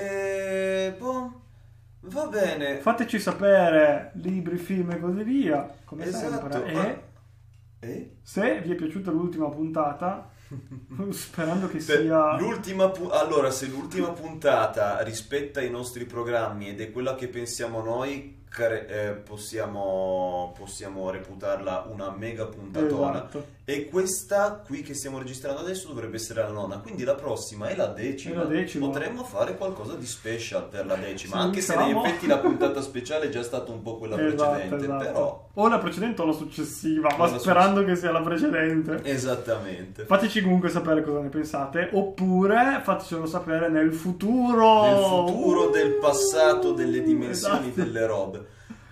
E... boh, va bene. Fateci sapere libri, film e così via, come Esatto. sempre. ma- E Eh? se vi è piaciuta l'ultima puntata, sperando che Per sia... l'ultima pu- allora, se l'ultima puntata rispetta i nostri programmi ed è quella che pensiamo noi, care- eh, possiamo, possiamo reputarla una mega puntatona. Esatto. E questa qui che stiamo registrando adesso dovrebbe essere la nona, quindi la prossima è la decima. È la decima. Potremmo fare qualcosa di special per la decima, Sì, anche se diciamo. in effetti la puntata speciale è già stata un po' quella Esatto, precedente, esatto. però O la precedente o la successiva, ma O la sperando che sia la precedente. esattamente. Fateci comunque sapere cosa ne pensate, oppure fatecelo sapere nel futuro. Nel futuro, Uh, del passato, delle dimensioni, esatto. delle robe.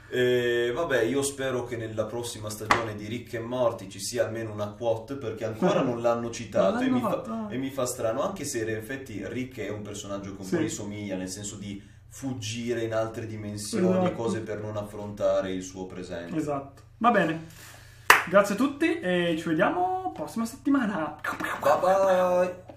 E vabbè, io spero che nella prossima stagione di Rick e Morty ci sia almeno una quote, perché ancora non l'hanno citato. Non e, l'hanno mi fa, fatto. e mi fa strano, anche se in effetti Rick è un personaggio che un Sì. po' gli somiglia, nel senso di fuggire in altre dimensioni, Esatto. cose per non affrontare il suo presente. Esatto. Va bene. Grazie a tutti e ci vediamo prossima settimana. Bye bye!